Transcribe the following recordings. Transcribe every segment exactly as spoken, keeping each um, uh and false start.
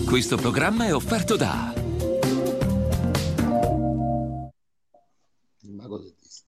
Questo programma è offerto da Il mago del Disney.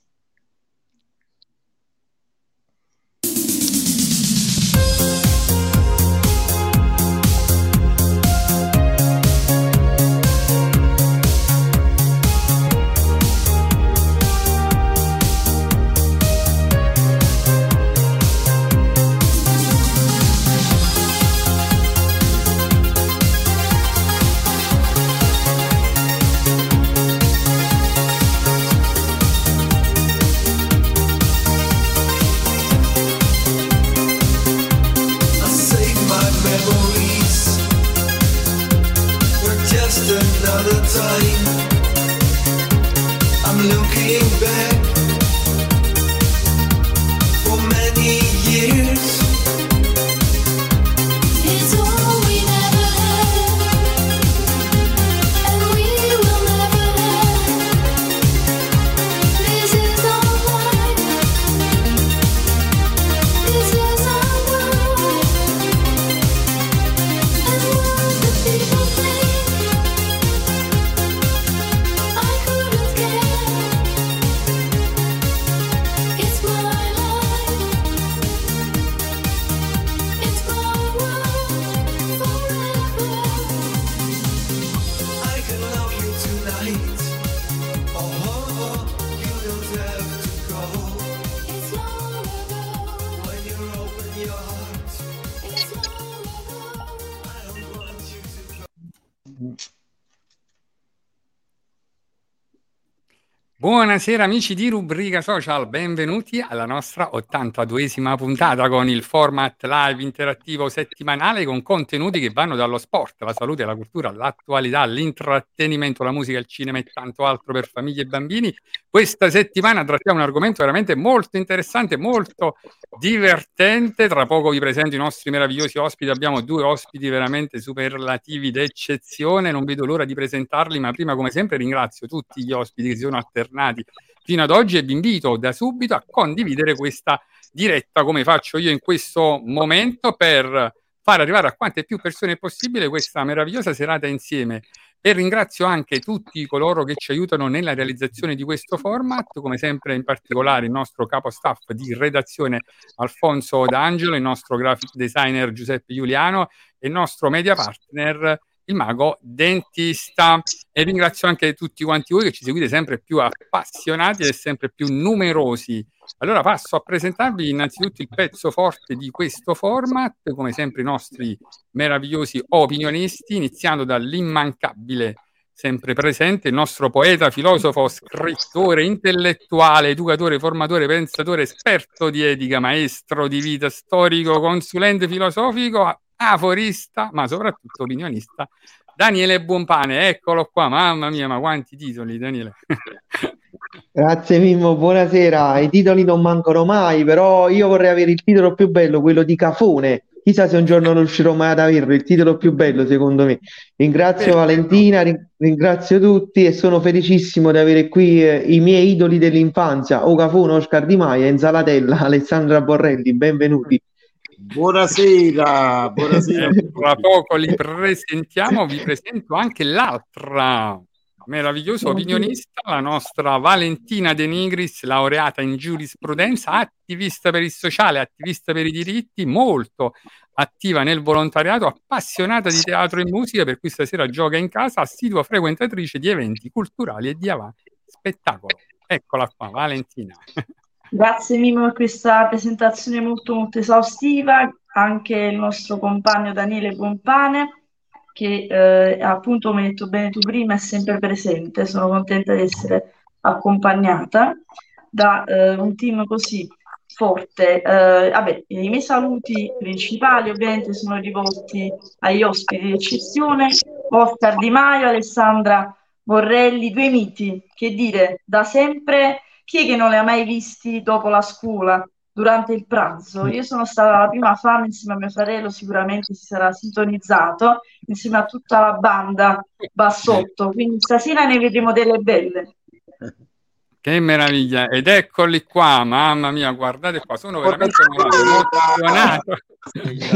Buonasera amici di Rubrica Social, benvenuti alla nostra ottantaduesima puntata con il format live interattivo settimanale con contenuti che vanno dallo sport, alla salute, alla cultura, all'attualità, all'intrattenimento, la musica, il cinema e tanto altro per famiglie e bambini. Questa settimana trattiamo un argomento veramente molto interessante, molto divertente. Tra poco vi presento i nostri meravigliosi ospiti, abbiamo due ospiti veramente superlativi d'eccezione, non vedo l'ora di presentarli, ma prima come sempre ringrazio tutti gli ospiti che si sono alternati fino ad oggi e vi invito da subito a condividere questa diretta come faccio io in questo momento per far arrivare a quante più persone possibile questa meravigliosa serata insieme. E ringrazio anche tutti coloro che ci aiutano nella realizzazione di questo format, come sempre in particolare il nostro capo staff di redazione Alfonso D'Angelo, il nostro graphic designer Giuseppe Giuliano e il nostro media partner il mago dentista. E ringrazio anche tutti quanti voi che ci seguite sempre più appassionati e sempre più numerosi. Allora passo a presentarvi innanzitutto il pezzo forte di questo format, come sempre i nostri meravigliosi opinionisti, iniziando dall'immancabile, sempre presente, il nostro poeta, filosofo, scrittore, intellettuale, educatore, formatore, pensatore, esperto di etica, maestro di vita, storico, consulente filosofico, aforista, ma soprattutto opinionista, Daniele Buonpane. Eccolo qua, mamma mia, ma quanti titoli, Daniele. Grazie Mimmo, buonasera. I titoli non mancano mai, però io vorrei avere il titolo più bello, quello di Cafone. Chissà se un giorno non riuscirò mai ad averlo, il titolo più bello secondo me. Ringrazio Valentina, ringrazio tutti e sono felicissimo di avere qui eh, i miei idoli dell'infanzia, O Cafone, Oscar Di Maia, Insalatella, Alessandra Borrelli, benvenuti. Buonasera, buonasera. Tra poco li presentiamo, vi presento anche l'altra meravigliosa opinionista, la nostra Valentina De Nigris, laureata in giurisprudenza, attivista per il sociale, attivista per i diritti, molto attiva nel volontariato, appassionata di teatro e musica, per cui stasera gioca in casa, assidua frequentatrice di eventi culturali e di avanti spettacolo. Eccola qua, Valentina. Grazie Mimo per questa presentazione molto molto esaustiva, anche il nostro compagno Daniele Buonpane, che eh, appunto, come hai detto bene tu prima, è sempre presente. Sono contenta di essere accompagnata da eh, un team così forte. Eh, vabbè, i miei saluti principali ovviamente sono rivolti agli ospiti di eccezione, Oscar Di Maio, Alessandra Borrelli, due miti, che dire, da sempre. Chi è che non li ha mai visti dopo la scuola, durante il pranzo? Io sono stata la prima fan, insieme a mio fratello sicuramente si sarà sintonizzato, insieme a tutta la banda bassotto, quindi stasera ne vedremo delle belle. Che meraviglia, ed eccoli qua, mamma mia, guardate qua, sono veramente emozionato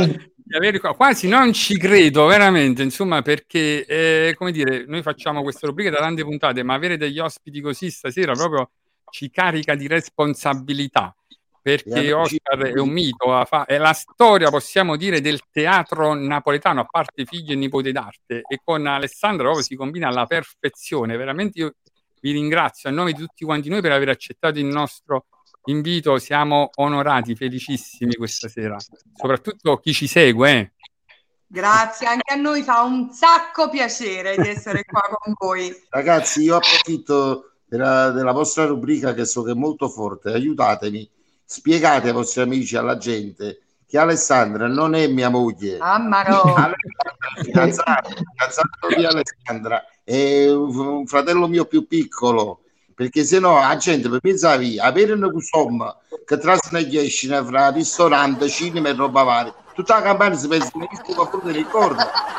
di avere qua- quasi non ci credo veramente, insomma, perché eh, come dire, noi facciamo queste rubriche da tante puntate, ma avere degli ospiti così stasera proprio ci carica di responsabilità, perché Oscar è un mito, ha fa- è la storia, possiamo dire, del teatro napoletano, a parte Figli e Nipoti d'arte, e con Alessandra proprio si combina alla perfezione. Veramente io vi ringrazio a nome di tutti quanti noi per aver accettato il nostro invito, siamo onorati, felicissimi questa sera, soprattutto chi ci segue. Eh. Grazie, anche a noi fa un sacco piacere di essere qua con voi. Ragazzi, io approfitto della, della vostra rubrica che so che è molto forte, aiutatemi, spiegate ai vostri amici, alla gente, che Alessandra non è mia moglie. Mamma no. Alessandra è fidanzato, fidanzato di Alessandra, è un fratello mio più piccolo, perché se no la gente per pensare avere una insomma che trasneggescina fra ristorante, cinema e roba varia, tutta la campagna si pensa che mi sto a ricordo.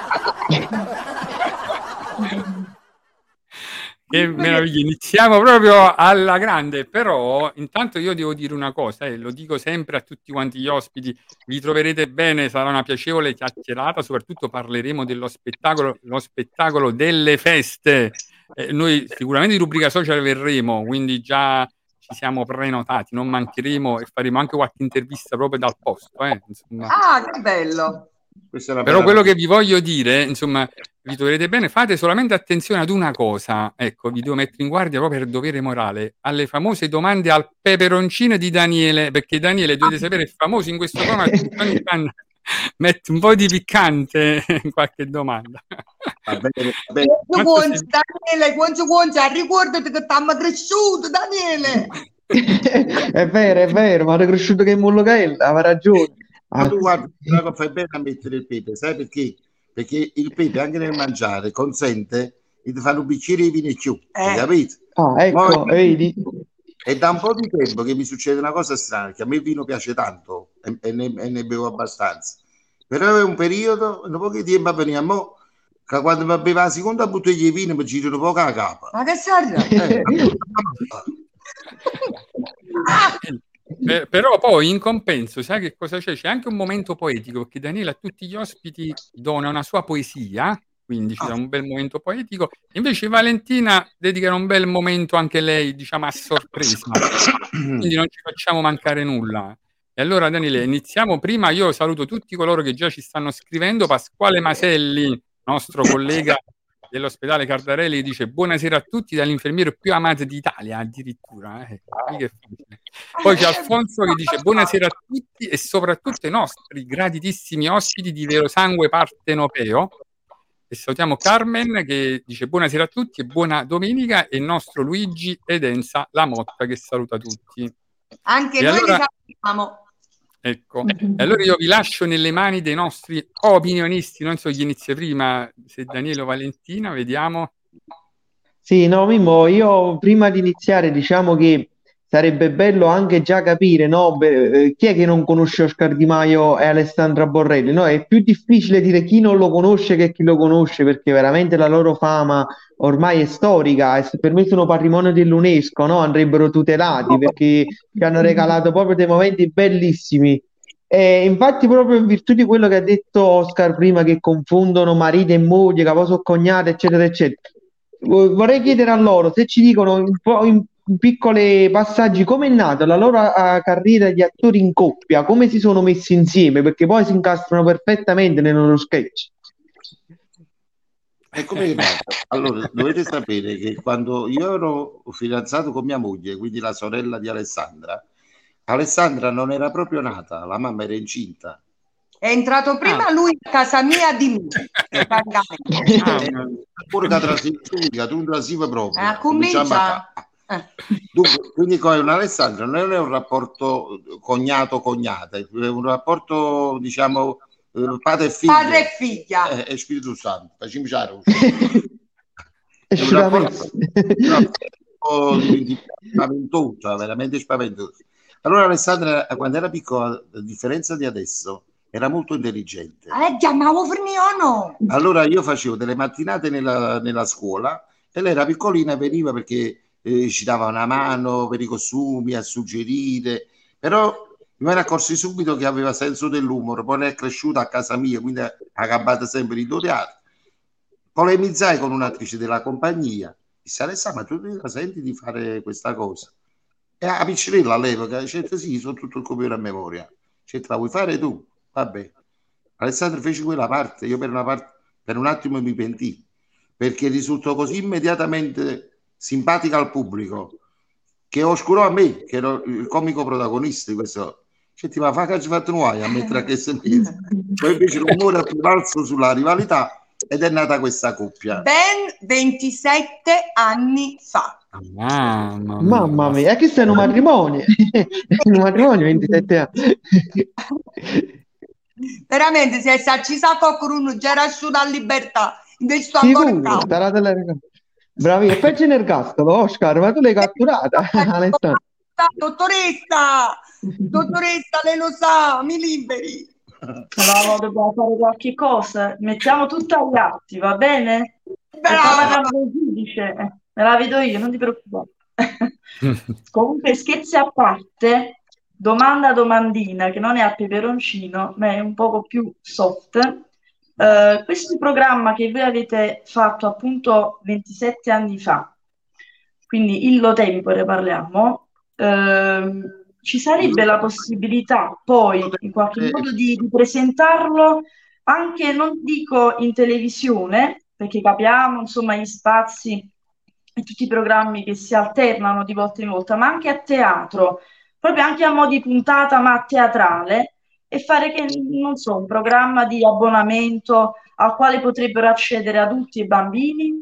Che meraviglia, iniziamo proprio alla grande, però intanto io devo dire una cosa, e eh, lo dico sempre a tutti quanti gli ospiti, vi troverete bene, sarà una piacevole chiacchierata, soprattutto parleremo dello spettacolo, lo spettacolo delle feste. Eh, noi sicuramente di rubrica social verremo, quindi già ci siamo prenotati, non mancheremo e faremo anche qualche intervista proprio dal posto. Eh, insomma. Ah, che bello! Però quello che vi voglio dire, insomma, vi troverete bene, fate solamente attenzione ad una cosa, ecco, vi devo mettere in guardia proprio per dovere morale, alle famose domande al peperoncino di Daniele, perché Daniele, dovete sapere, è famoso in questo format, ogni anno mette un po' di piccante in qualche domanda. Va bene, va bene. Quanto si... Daniele, quanto quanto, ricordati che t'hanno cresciuto, Daniele! È vero, è vero, ma è cresciuto che in Mollocaella, aveva ragione. Ma tu guarda, fai bene a mettere il pepe, sai perché? Perché il pepe anche nel mangiare consente di fare un bicchiere di vino in più, eh. capito? Ah, ecco, Poi, vedi? È da un po' di tempo che mi succede una cosa strana, che a me il vino piace tanto e, e, ne, e ne bevo abbastanza, però è un periodo, un po' di tempo veniamo, che quando mi bevo la seconda bottiglia di vino mi giro un po' la capa. Ma che serve? Eh, Eh, però poi in compenso, sai che cosa c'è? C'è anche un momento poetico, perché Daniele a tutti gli ospiti dona una sua poesia, quindi c'è un bel momento poetico, invece Valentina dedica un bel momento anche lei, diciamo, a sorpresa, quindi non ci facciamo mancare nulla. E allora Daniele, iniziamo. Prima io saluto tutti coloro che già ci stanno scrivendo. Pasquale Maselli, nostro collega dell'ospedale Cardarelli, dice buonasera a tutti dall'infermiero più amato d'Italia, addirittura. Eh. Poi c'è Alfonso che dice buonasera a tutti e soprattutto ai nostri graditissimi ospiti di Vero Sangue Partenopeo. E salutiamo Carmen che dice buonasera a tutti e buona domenica, e il nostro Luigi Edenza Lamotta che saluta tutti. Anche e noi allora... li salutiamo. Ecco, e allora io vi lascio nelle mani dei nostri opinionisti, non so chi inizia prima, se Daniele o Valentina, vediamo. Sì, no, Mimmo, io prima di iniziare diciamo che sarebbe bello anche già capire, no, beh, chi è che non conosce Oscar Di Maio e Alessandra Borrelli, no? È più difficile dire chi non lo conosce che chi lo conosce, perché veramente la loro fama ormai è storica e per me sono patrimonio dell'UNESCO, no? Andrebbero tutelati perché ci hanno regalato proprio dei momenti bellissimi. E infatti proprio in virtù di quello che ha detto Oscar prima, che confondono marito e moglie, caposo cognate, eccetera, eccetera, vorrei chiedere a loro se ci dicono un po' in piccoli passaggi come è nata la loro uh, carriera di attori in coppia, come si sono messi insieme, perché poi si incastrano perfettamente nei loro sketch. E come è nata? Allora, dovete sapere che quando io ero fidanzato con mia moglie, quindi la sorella di Alessandra, Alessandra non era proprio nata, la mamma era incinta. È entrato prima ah. lui a casa mia di me. Ah, pure che trasibile, tu trasiva proprio. Ah, comincia. Eh. Dunque, quindi con Alessandra non è un rapporto cognato-cognata, è un rapporto, diciamo, padre e figlia. Padre e figlia. Eh, e Spirito Santo. Facciamo ciaro. È un rapporto spaventoso, veramente spaventoso. Allora Alessandra, quando era piccola, a differenza di adesso, era molto intelligente. Eh, chiamavo Ferniano. Allora io facevo delle mattinate nella, nella scuola e lei era piccolina e veniva perché eh, ci dava una mano per i costumi, a suggerire, però mi ne accorsi subito che aveva senso dell'umore, poi è cresciuta a casa mia, quindi ha gabbato sempre in teatro. Polemizzai con un'attrice della compagnia, disse: Alessandro, ma tu la senti di fare questa cosa? E a Piccinella all'epoca dice: sì, sono tutto il copione a memoria. Dice: la vuoi fare tu? Vabbè. Alessandro fece quella parte, io per una parte, per un attimo mi pentii, perché risultò così immediatamente simpatica al pubblico che oscurò a me, che ero il comico protagonista di questo. Cioè, ti va a fare che ci fatto nuoi a mettere a che se mezzo. Poi invece l'umore ha prevalso sulla rivalità ed è nata questa coppia. Ben ventisette anni fa. Mamma mia, Mamma mia, è che sei in un matrimonio, in un matrimonio ventisette anni. Veramente, se ci sa qualcuno già era su dalla libertà, invece sto ancora in Sicuro, campo. sarà delle... Bravi, e poi c'è nell'ergastolo, Oscar, ma tu l'hai catturata, Alessandro. Dottoressa, dottoressa, lei lo sa, mi liberi. No, dobbiamo fare qualche cosa. Mettiamo tutto agli atti, va bene? Brava. Il giudice, eh, me la vedo io, non ti preoccupare. Comunque, scherzi a parte, domanda domandina, che non è a peperoncino, ma è un poco più soft. Uh, questo programma che voi avete fatto appunto ventisette anni fa, quindi Illo Tempo ne parliamo, uh, ci sarebbe la possibilità poi in qualche modo di, di presentarlo anche, non dico in televisione, perché capiamo insomma gli spazi e tutti i programmi che si alternano di volta in volta, ma anche a teatro, proprio anche a mo' di puntata ma teatrale, e fare, che non so, un programma di abbonamento al quale potrebbero accedere adulti e bambini.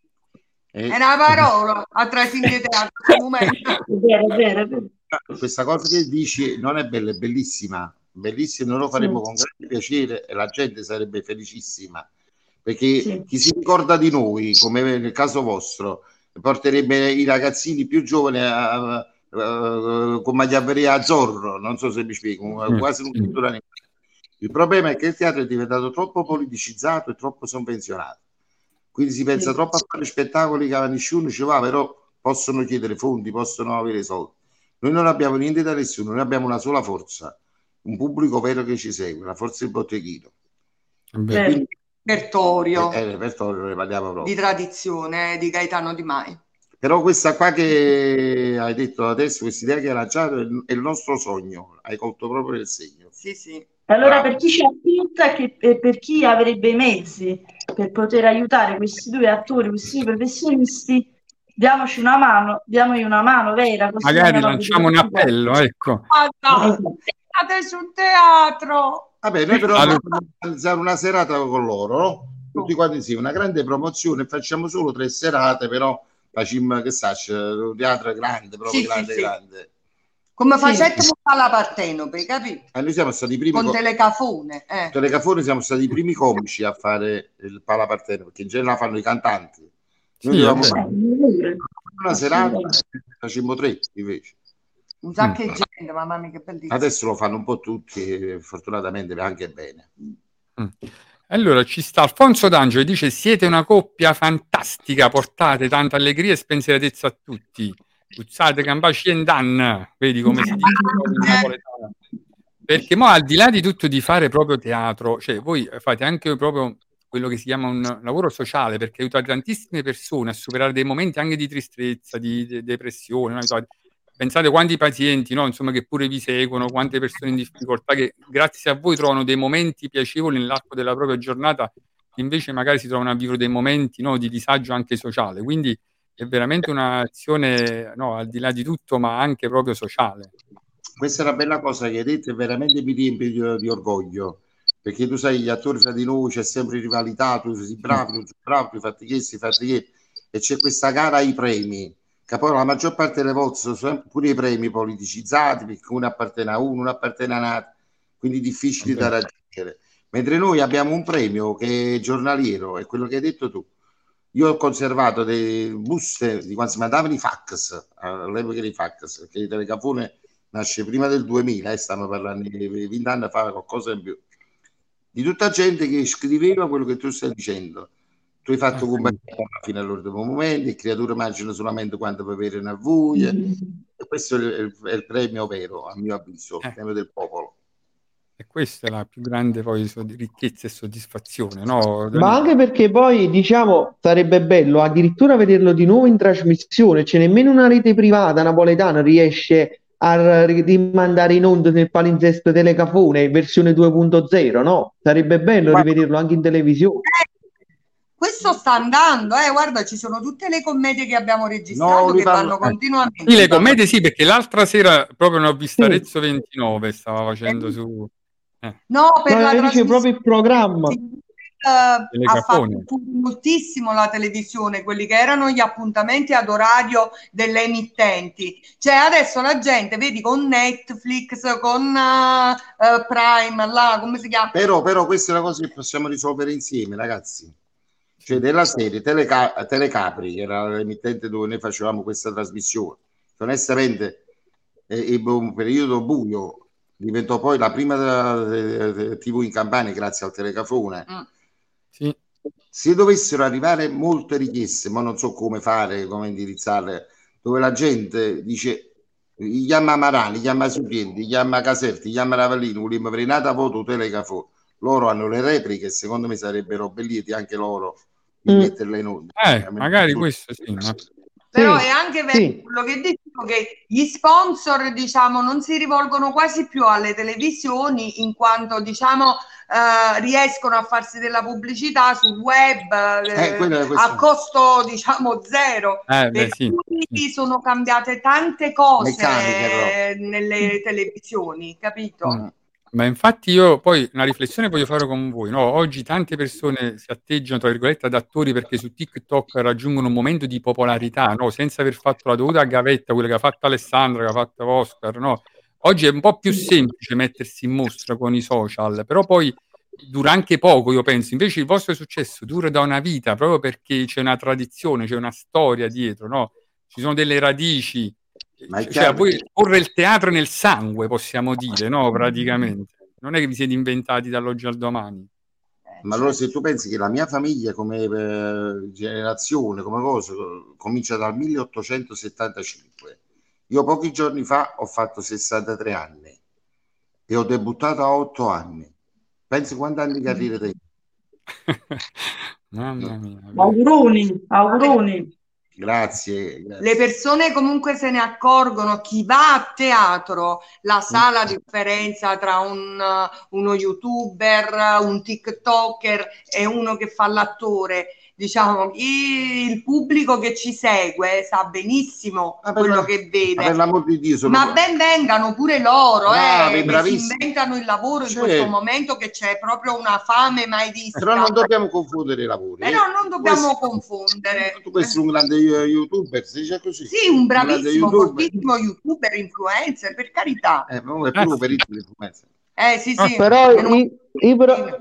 È una parola a trasmettere teatro. È vero, è vero, è vero. Questa cosa che dici non è bella, è bellissima, bellissima, noi lo faremo sì. con grande piacere e la gente sarebbe felicissima, perché sì. chi si ricorda di noi, come nel caso vostro, porterebbe i ragazzini più giovani a, a, a, con Machiavelli a Zorro, non so se mi spiego, mm. quasi un cultura. Il problema è che il teatro è diventato troppo politicizzato e troppo sovvenzionato, quindi si pensa sì. troppo a fare spettacoli che nessuno ci va, però possono chiedere fondi, possono avere soldi. Noi non abbiamo niente da nessuno, noi abbiamo una sola forza, un pubblico vero che ci segue, la forza del botteghino. Quindi, repertorio, eh, repertorio ne parliamo proprio. Di tradizione, eh, di Gaetano Di Mai. Però questa qua che hai detto adesso, questa idea che hai lanciato è il, è il nostro sogno, hai colto proprio nel segno. Sì, sì. Allora, per chi ci appunta e per chi avrebbe i mezzi per poter aiutare questi due attori, questi due professionisti, diamoci una mano, diamogli una mano vera. Magari lanciamo un appello, ecco. State sul teatro. Vabbè, noi però allora. dobbiamo organizzare una serata con loro, no? Tutti quanti insieme, una grande promozione, facciamo solo tre serate, però facciamo, che sa, un teatro grande, proprio sì, grande, sì, grande. Sì. Come sì. facette alla Partenope, capito? Eh, noi siamo stati i primi con co- Telecafone. Eh. Telecafone siamo stati i primi comici a fare il Pala Partenope, perché in genere fanno i cantanti. Noi sì, dovevamo fare una serata e facemmo tre invece. Un sacco di mm. gente, mamma mia, che bellissimo. Adesso lo fanno un po' tutti, fortunatamente anche bene. Mm. Allora ci sta Alfonso D'Angelo, dice: siete una coppia fantastica, portate tanta allegria e spensieratezza a tutti. Puzzate campaci e dan, vedi come si dice in napoletano. Perché mo al di là di tutto di fare proprio teatro, cioè voi fate anche proprio quello che si chiama un lavoro sociale, perché aiuta tantissime persone a superare dei momenti anche di tristezza, di, di depressione, no? Pensate quanti pazienti, no? Insomma, che pure vi seguono, quante persone in difficoltà che grazie a voi trovano dei momenti piacevoli nell'arco della propria giornata, che invece magari si trovano a vivere dei momenti, no, di disagio anche sociale. Quindi è veramente un'azione, no, al di là di tutto, ma anche proprio sociale. Questa è una bella cosa che hai detto e veramente mi riempie di, di orgoglio, perché tu sai, gli attori fra di noi c'è sempre rivalità, tu sei bravo, tu sei bravo, tu fatti questo, fatti che, e c'è questa gara ai premi, che poi la maggior parte delle volte sono sempre pure i premi politicizzati, perché uno appartiene a uno, uno appartiene a un altro, quindi difficili okay. da raggiungere. Mentre noi abbiamo un premio che è giornaliero, è quello che hai detto tu. Io ho conservato dei buste di quando si mandavano i fax, all'epoca dei fax, perché il Telecafone nasce prima del duemila, e eh, stiamo parlando di venti anni fa, qualcosa in più, di tutta gente che scriveva quello che tu stai dicendo. Tu hai fatto compagnia fino all'ultimo momento, le creature mangiano solamente quando bevono a voi, mm-hmm. questo è il, è il premio vero, a mio avviso, Eh. il premio del popolo. E questa è la più grande poi sod- ricchezza e soddisfazione, no, Ma Danilo? anche perché poi, diciamo, sarebbe bello addirittura vederlo di nuovo in trasmissione, cioè nemmeno una rete privata napoletana riesce a ri- rimandare in onda nel palinsesto Telecafone versione due punto zero, no? Sarebbe bello Ma- rivederlo anche in televisione. Questo sta andando, eh, guarda, ci sono tutte le commedie che abbiamo registrato No, che riparlo- vanno eh. continuamente. Sì, le commedie sì, perché l'altra sera proprio ne ho vista Sì. Arezzo ventinove, stava facendo su eh, No, per No, la io dicevo proprio il programma. trasmissione eh, ha Telecafone. fatto moltissimo la televisione, quelli che erano gli appuntamenti ad orario delle emittenti. Cioè adesso la gente, vedi, con Netflix, con eh, eh, Prime, là, come si chiama? Però, però questa è una cosa che possiamo risolvere insieme, ragazzi. Cioè, della serie Teleca- Telecapri, che era l'emittente dove noi facevamo questa trasmissione, che onestamente eh, ebbe un periodo buio, diventò poi la prima eh, tivù in Campania grazie al Telecafone. Mm. Sì. Se dovessero arrivare molte richieste, ma non so come fare, come indirizzarle, dove la gente dice gli chiama Marani, gli chiama Suppienti, gli chiama Caserti, gli chiama Ravallini, vogliamo venire voto Telecafone. Loro hanno le repliche, secondo me sarebbero belliti anche loro di Mm. metterle in onda. Eh, magari questo sì, ma Però Sì, è anche vero sì. quello che dico, che gli sponsor, diciamo, non si rivolgono quasi più alle televisioni, in quanto, diciamo, eh, riescono a farsi della pubblicità sul web eh, Eh, quello è questo. a costo, diciamo, zero. eh, beh, Per sì. cui Sì. sono cambiate tante cose Meccaniche, eh, nelle televisioni, capito? Mm. Ma infatti io poi una riflessione voglio fare con voi, no? Oggi tante persone si atteggiano, tra virgolette, ad attori perché su TikTok raggiungono un momento di popolarità, no? Senza aver fatto la dovuta gavetta, quella che ha fatto Alessandra, che ha fatto Oscar, no? Oggi è un po' più semplice mettersi in mostra con i social, però poi dura anche poco, io penso. Invece il vostro successo dura da una vita, proprio perché c'è una tradizione, c'è una storia dietro, no? Ci sono delle radici. Ma è Cioè, a chiaro voi che- corre il teatro nel sangue, possiamo dire, no? Praticamente. Non è che vi siete inventati dall'oggi al domani. Ma allora se tu pensi che la mia famiglia come eh, generazione, come cosa, comincia dal milleottocentosettantacinque. Io pochi giorni fa ho fatto sessantatré anni e ho debuttato a otto anni. Pensi quanti anni di carriera te? Mamma mia. Auguroni, auguroni. Grazie, grazie. Le persone comunque se ne accorgono, chi va a teatro la sa la differenza tra un, uno youtuber, un tiktoker e uno che fa l'attore. Diciamo, chi- il pubblico che ci segue sa benissimo Ma per quello la- che Ma vede. per l'amor di Dio, sono Ma ben vengano pure loro, Bravi, eh, che si bravissimi. inventano il lavoro in Certo. questo momento, che c'è proprio una fame mai vista. Però non dobbiamo confondere i lavori. Però eh. non dobbiamo Questo- confondere. Tu puoi essere un grande eh, youtuber, si dice così. Sì, un grande bravissimo, youtuber. fortissimo youtuber, influencer, per carità. Eh, ma è Ah, più sì. per l'influenza. Eh sì, sì. Però meno male. io, io però,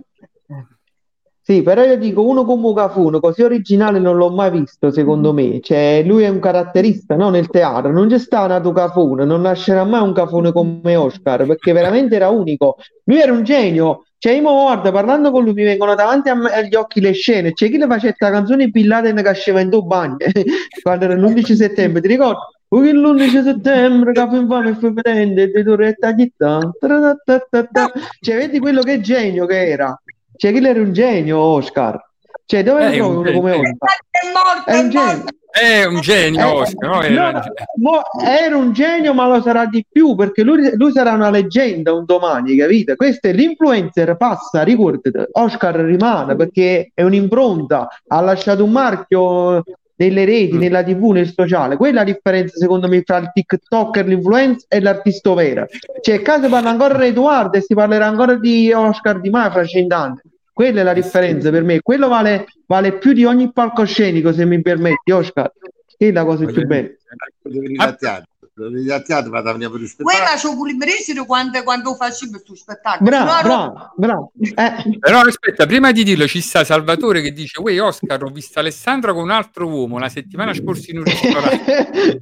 sì, però io dico uno come Cafone, così originale non l'ho mai visto, secondo me. Cioè, lui è un caratterista, no? Nel teatro. Non c'è stato nato Cafone, non nascerà mai un Cafone come Oscar, perché veramente era unico. Lui era un genio. Cioè, io mo guarda, parlando con lui mi vengono davanti a me- agli occhi le scene. C'è chi le faceva questa canzone Bin Laden che scendeva in due bagni, quando era l'undici settembre, ti ricordi? Poi l'undici settembre, capo infame e fu vedente, di Torretta Chittà. Cioè, vedi quello che genio che era. Cioè, chi era un genio, Oscar. Cioè, dove Eh, lo è trovi un uno come genio. Oscar? È morto, È è un genio. morto. È un genio, Eh, Oscar, no? no, Era- mo- era un genio, ma lo sarà di più perché lui, lui sarà una leggenda un domani, capite? Questo è l'influencer, passa, ricordate, Oscar rimane perché è un'impronta, ha lasciato un marchio nelle reti, Mm. nella tivù, nel sociale. Quella è la differenza, secondo me, tra il TikToker, l'influencer e l'artista vero. Cioè, qua si parla ancora di Edoardo e si parlerà ancora di Oscar Di Maio fra cent'anni. Quella è la differenza per me. Quello vale, vale più di ogni palcoscenico, se mi permetti, Oscar. Che è la cosa più bella. Devi venire a teatro. Devi venire a teatro, ma da venire per il Voi spettacolo. ma ci volete quando, quando facevi questo spettacolo? Bravo, No, no. bravo, bravo. Eh, Però aspetta, prima di dirlo ci sta Salvatore che dice uè Oscar, ho visto Alessandra con un altro uomo la settimana scorsa in un ristorante.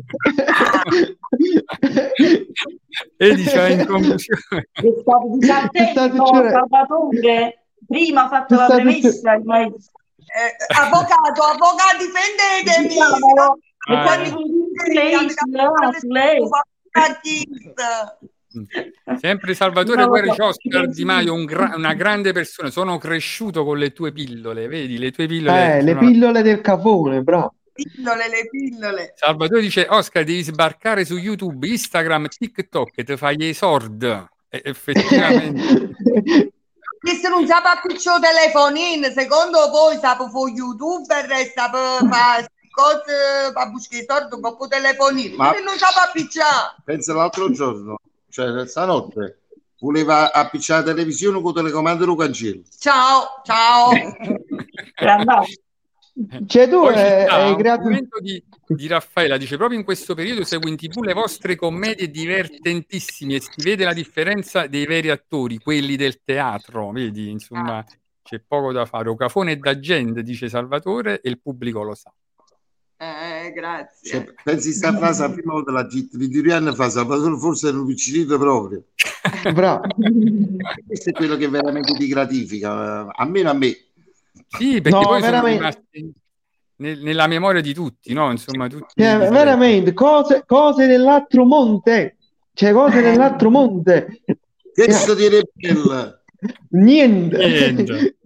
E diceva in conclusione È stato disattento, Sta succedendo- Salvatore. Prima ha fatto la Sta premessa, ma Eh, avvocato, avvocato, difendetemi. Diciamolo. Ah, E poi eh. mi lei, sulle- sulle- Sempre Salvatore No, Guerrici, no, Oscar Di Maio, un gra- una grande persona. Sono cresciuto con le tue pillole, vedi? Le tue pillole Eh, le sono- pillole del cafone, bravo. Pillole, le pillole. Salvatore dice: Oscar, devi sbarcare su YouTube, Instagram, TikTok, e te fai i sord. E effettivamente. Questo non sa piccio telefonino, secondo voi sapo fu youtuber e sapo fare cose per buscare i soldi con il telefonino, Ma- ma non sa appicciare. Pensa l'altro giorno, cioè stanotte, voleva appicciare la televisione con telecomando del cancello. Ciao, ciao. è andato. Cioè tu Poi ci eh, sta hai un creato... commento di, di Raffaella, dice: proprio in questo periodo seguo in tv le vostre commedie divertentissime e si vede la differenza dei veri attori, quelli del teatro, vedi, insomma c'è poco da fare. Ocafone è da gente, dice Salvatore, e il pubblico lo sa. Eh, grazie. Cioè, pensi sta frase la prima volta la gitta di due anni fa, Salvatore forse era un piccinito proprio. Bravo. Questo è quello che veramente ti gratifica, almeno a me. Sì, perché No, poi veramente. sono rimasti nel- nella memoria di tutti, no? Insomma, tutti Cioè, i veramente, cose, cose dell'altro monte. Cioè, cose dell'altro monte. Che sto dire bella. Niente. Niente.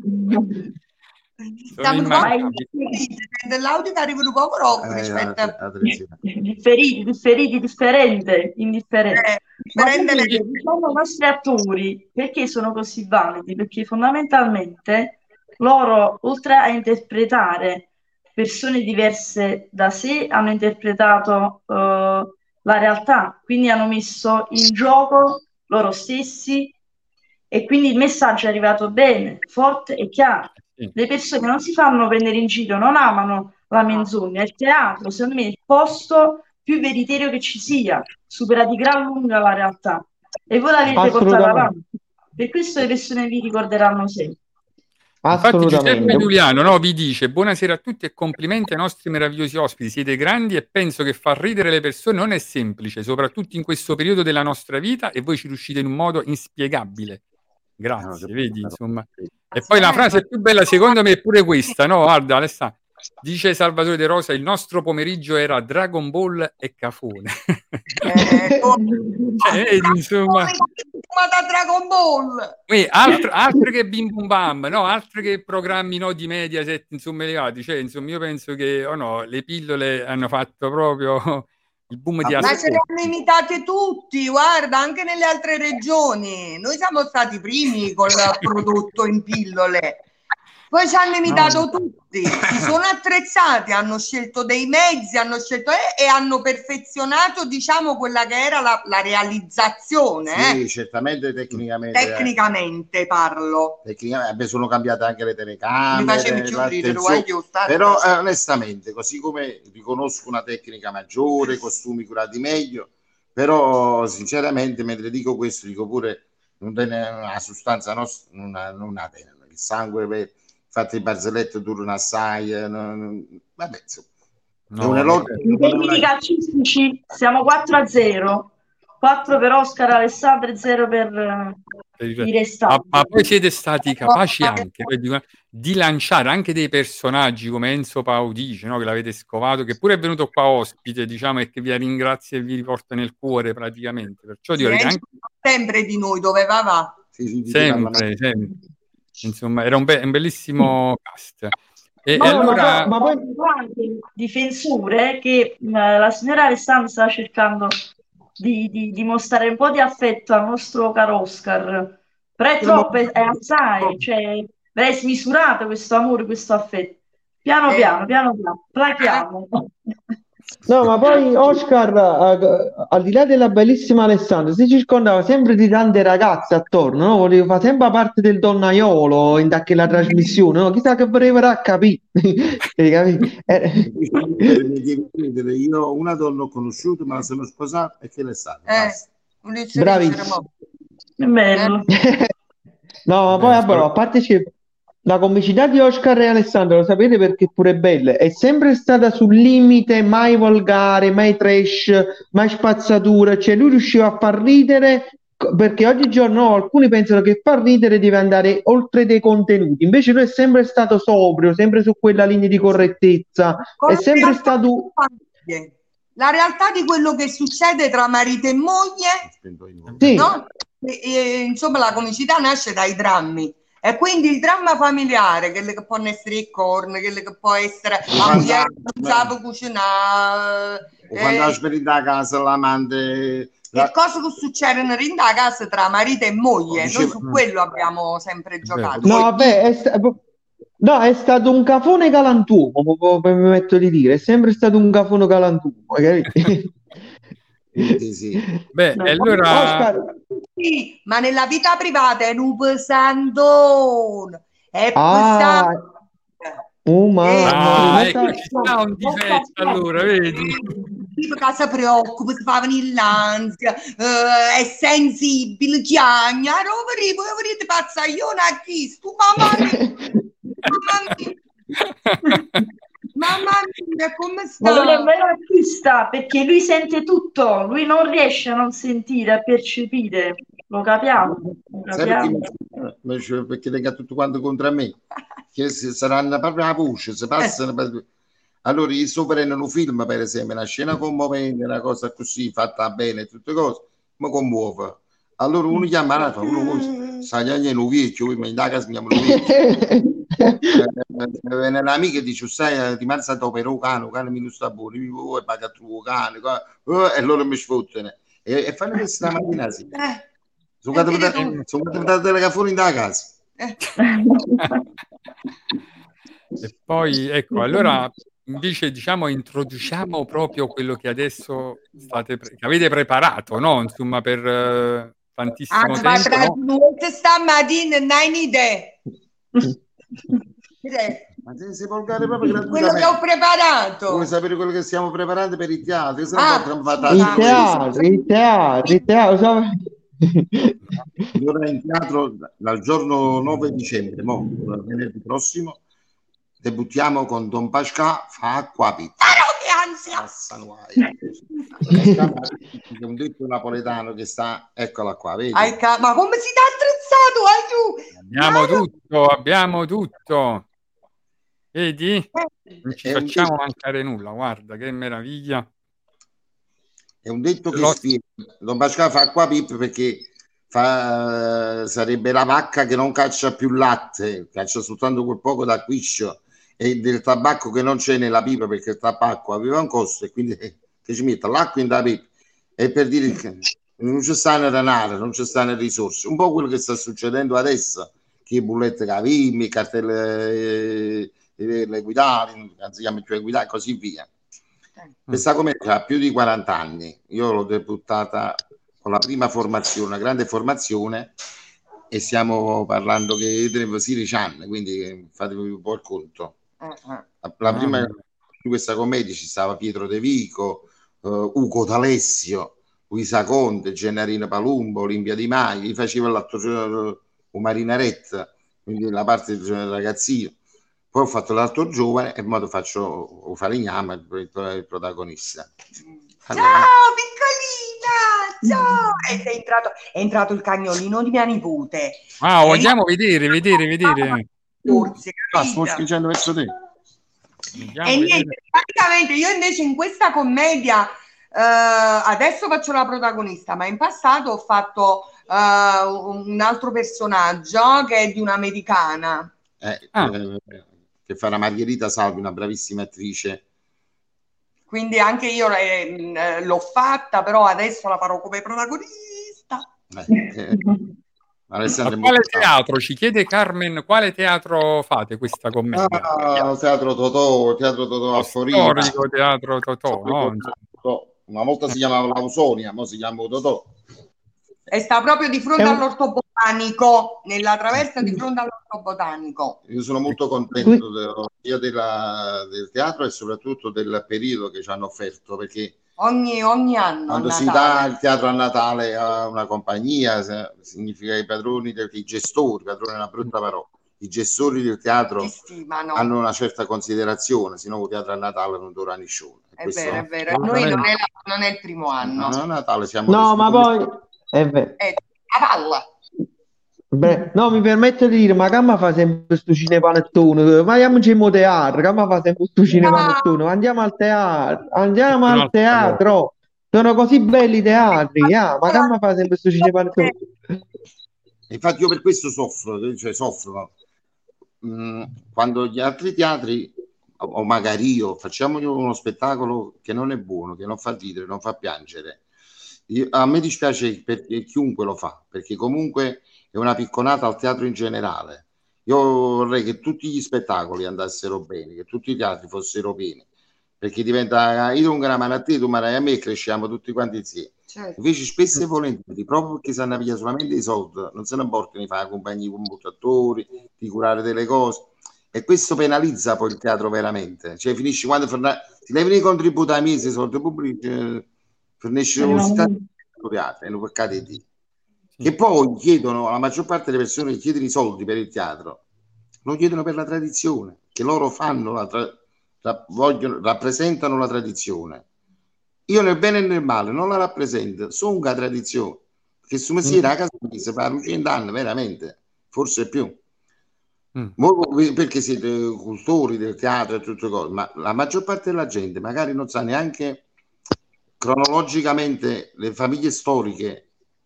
Stiamo immancabili. dell'audio che arrivano poco troppo Eh, rispetto att- attenzione. differiti, differiti, differente, indifferente. Eh, Ma differente le- comunque, diciamo, i nostri attori, perché sono così validi? Perché fondamentalmente loro, oltre a interpretare persone diverse da sé, hanno interpretato eh, la realtà, quindi hanno messo in gioco loro stessi e quindi il messaggio è arrivato bene, forte e chiaro. Sì. Le persone non si fanno prendere in giro, non amano la menzogna. Il teatro, secondo me, è il posto più veritiero che ci sia, supera di gran lunga la realtà. E voi l'avete portata Assolutamente. avanti. Per questo le persone vi ricorderanno sempre. Infatti Giuseppe Assolutamente. Giuliano, no, vi dice: buonasera a tutti e complimenti ai nostri meravigliosi ospiti, siete grandi e penso che far ridere le persone non è semplice, soprattutto in questo periodo della nostra vita, e voi ci riuscite in un modo inspiegabile. Grazie, No, vedi, insomma. sì. E poi la frase più bella secondo me è pure questa, no? Guarda Alessandro, dice Salvatore De Rosa: il nostro pomeriggio era Dragon Ball e Cafone. Eh, oh, Cioè, vedi, insomma, ma da Dragon Ball. eh, altro, altro che Bim Bum Bam, no? Altro che programmi, no, di Mediaset, insomma, elevati. Cioè, insomma, io penso che oh no, le pillole hanno fatto proprio il boom di Ma Ma ce ascolto. le hanno imitate tutti, guarda, anche nelle altre regioni. Noi siamo stati i primi col prodotto in pillole. Poi ci hanno imitato tutti, si sono attrezzati, hanno scelto dei mezzi, hanno scelto eh, e hanno perfezionato, diciamo, quella che era la, la realizzazione. Sì, eh. certamente tecnicamente. eh, Tecnicamente parlo. tecnicamente beh, sono cambiate anche le Mi telecamere, facevi più ridere, l'attenzione. guai, io stare. Però eh, onestamente, così come riconosco una tecnica maggiore, costumi curati meglio, però sinceramente mentre dico questo dico pure non tiene una sostanza nostra, non ha, non ha tenere. Il sangue per fate il barzellette durano assai, eh, non- vabbè, insomma. È un No, elogio, In termini calcistici siamo quattro a zero. quattro per Oscar Alessandro e zero per eh, i ma, restanti. ma poi siete stati capaci anche vedi, di lanciare anche dei personaggi come Enzo Paudice, no? Che l'avete scovato, che pure è venuto qua ospite, diciamo, e che vi ringrazia e vi riporta nel cuore praticamente. Perciò dico, avete anche Sempre di noi, dove va va. sì, sì, sì, parla- sempre, sempre. Insomma, era un, be- un bellissimo cast. E, No, e allora, ma poi anche di censure che mh, la signora Alessandra sta cercando di, di, di mostrare un po' di affetto al nostro caro Oscar, però è troppo, è, è assai, cioè è smisurato questo amore, questo affetto. Piano Eh. piano, piano piano, plachiamo. No, ma poi Oscar, eh, al di là della bellissima Alessandra, si circondava sempre di tante ragazze attorno, no? Voleva fare sempre parte del donnaiolo in quella trasmissione, no? Chissà che vorrà capire. Capì? Eh, Mi devi credere, io una donna ho conosciuto, ma la sono sposata e che ne sa. Eh, non dice Bravissimo. vincere, mo. È bello. No, ma poi vabbè, a parte c'è la comicità di Oscar e Alessandro, lo sapete perché è pure bella, è sempre stata sul limite, mai volgare, mai trash, mai spazzatura, cioè lui riusciva a far ridere, co- perché oggigiorno no, alcuni pensano che far ridere deve andare oltre dei contenuti, invece lui è sempre stato sobrio, sempre su quella linea di correttezza, è sempre stato... la realtà di quello che succede tra marito e moglie, Sì. no? E, e, insomma, la comicità nasce dai drammi. E quindi il dramma familiare, che può essere il corno, che può essere la moglie che non sa cucinare, o quando eh, ha sperito a casa l'amante, la... che cosa che succedono in da casa tra marito e moglie. Diceva... Noi su quello abbiamo sempre giocato. No, vabbè, è, sta... no, è stato un cafone galantuomo, mi permetto di dire, è sempre stato un cafone galantuomo, magari. Sì, sì. Beh, No, allora... Oscar... Sì, ma nella vita privata è un pesantone. È Ah, pesante. oh mamma, Ah, ma ecco, sta... ci sta un difetto allora, vedi? Tipo che si preoccupa, si fa venire l'ansia, eh, è sensibile, chiagna, roveri, voi avrete pazzaglione a chi? Tu mamma mia, mamma mia, mamma mia, come sta? Ma non è vero chi sta, perché lui sente tutto, lui non riesce a non sentire, a percepire, lo capiamo, lo Sai perché, capiamo. mi- perché lega tutto quanto contro me? Che se saranno proprio la voce, se passano per... Allora, io sto prendendo un film, per esempio, una scena commovente, una cosa così, fatta bene, tutte cose, mi commuove. Allora uno chiama l'altro, uno vuole, sai, gli è un vecchio, ma in da casa mi chiamo un vecchio. Viene un'amica e dice, sai, ti mangi stato per un cane, un cane mi non sta buono, mi vuoi pagare tu cane, e loro mi sfottano. E, e fanno questo la mattina sì. Sono caduto da fuori da casa. E poi, ecco, allora invece diciamo introduciamo proprio quello che adesso state pre- che avete preparato, no? Insomma, per uh, tantissimo ah, tempo, no? Stamattina non hai idea. Ma se si può volgare proprio quello che ho preparato. Vuoi sapere quello che stiamo preparando per il teatro? Ah, il teatro, il teatro, il teatro. Allora in teatro dal giorno nove dicembre, mo, venerdì prossimo, debuttiamo con Don Pasqua fa acqua pizza. È un detto napoletano che sta, eccola qua, vedi? Ma come si dà attrezzato? Abbiamo tutto, abbiamo tutto. Vedi? Non ci facciamo mancare nulla, guarda che meraviglia. È un detto che spiega. Don Pasqua fa acqua pip perché fa, sarebbe la vacca che non caccia più latte, caccia soltanto quel poco d'acquiscio e del tabacco che non c'è nella pipa perché il tabacco aveva un costo e quindi eh, che ci mette l'acqua in da pipa. E per dire che non ci stanno denaro, non ci stanno risorse. Un po' quello che sta succedendo adesso, che i bullette cavimi, cartelle, eh, le guidare, anzi chiami più le guidare e così via. Questa commedia ha più di quaranta anni. Io l'ho debuttata con la prima formazione, una grande formazione, e stiamo parlando che tenevo sedici anni, quindi fatevi un po' il conto. La, la prima di questa commedia ci stava Pietro De Vico, uh, Ugo D'Alessio, Luisa Conte, Gennarino Palumbo, Olimpia Di Maio, gli faceva l'attore uh, Marinaretta, quindi la parte del ragazzino. Poi ho fatto l'altro giovane e ora faccio Falegname, il, il protagonista. Allora. Ciao piccolina, ciao! È entrato, è entrato il cagnolino di mia nipote. Ah, vogliamo eh, vedere, vedere, vedere. Forse, ah, sto spingendo verso te. E niente, praticamente io invece in questa commedia eh, adesso faccio la protagonista, ma in passato ho fatto eh, un altro personaggio che è di un'americana. Eh, ah. eh, che fa la Margherita Salvi, una bravissima attrice. Quindi anche io eh, l'ho fatta, però adesso la farò come protagonista. Eh, eh. Ma quale teatro? Ci chiede Carmen, quale teatro fate questa commedia? Ah, teatro Totò, teatro Totò a Forino. Storico teatro Totò, no? Una volta si chiamava Lausonia, ora si chiama Totò. E sta proprio di fronte all'orto botanico, nella traversa di fronte all'orto botanico. Io sono molto contento de, sia della, del teatro e soprattutto del periodo che ci hanno offerto, perché ogni, ogni anno quando si dà il teatro a Natale a una compagnia significa i padroni, i gestori, padroni è una brutta parola, i gestori del teatro hanno una certa considerazione, se no il teatro a Natale non dura nessuno. È vero, è vero, noi non è, la, non è il primo anno. No, Natale siamo no ma poi è vero. Eh, a palla. Beh, no, mi permetto di dire, ma che mi fa sempre questo cinepanettone? Ma andiamoci in teatro, che mi fa sempre questo cinepanettone? Ma andiamo al teatro, andiamo È al un'altra cosa. teatro. Sono così belli i teatri, ah, ma che mi fa sempre questo cinepanettone? Infatti io per questo soffro, cioè soffro. Mm, quando gli altri teatri, o o magari io, facciamo uno spettacolo che non è buono, che non fa ridere, non fa piangere. Io- a me dispiace per chiunque lo fa, perché comunque è una picconata al teatro in generale. Io vorrei che tutti gli spettacoli andassero bene, che tutti i teatri fossero pieni, perché diventa io do una mano a te, tu marai a me e cresciamo tutti quanti insieme. Certo. Invece spesso e volentieri, proprio perché sanno via solamente i soldi, non se ne importano di fare compagni con portatori, di curare delle cose. E questo penalizza poi il teatro veramente. Cioè finisci quando forna- ti levi i contributi a mese, i soldi pubblici, eh, fornisci università e non peccato di Dio. Che poi chiedono, la maggior parte delle persone che chiedono i soldi per il teatro, lo chiedono per la tradizione, che loro fanno la tra- ra- vogliono, rappresentano la tradizione. Io nel bene e nel male non la rappresento, sono una tradizione, che su mesiera a casa mia si fa cento anni, veramente, forse più. Mm. Mo- perché siete cultori del teatro e tutte cose, ma la maggior parte della gente magari non sa neanche cronologicamente le famiglie storiche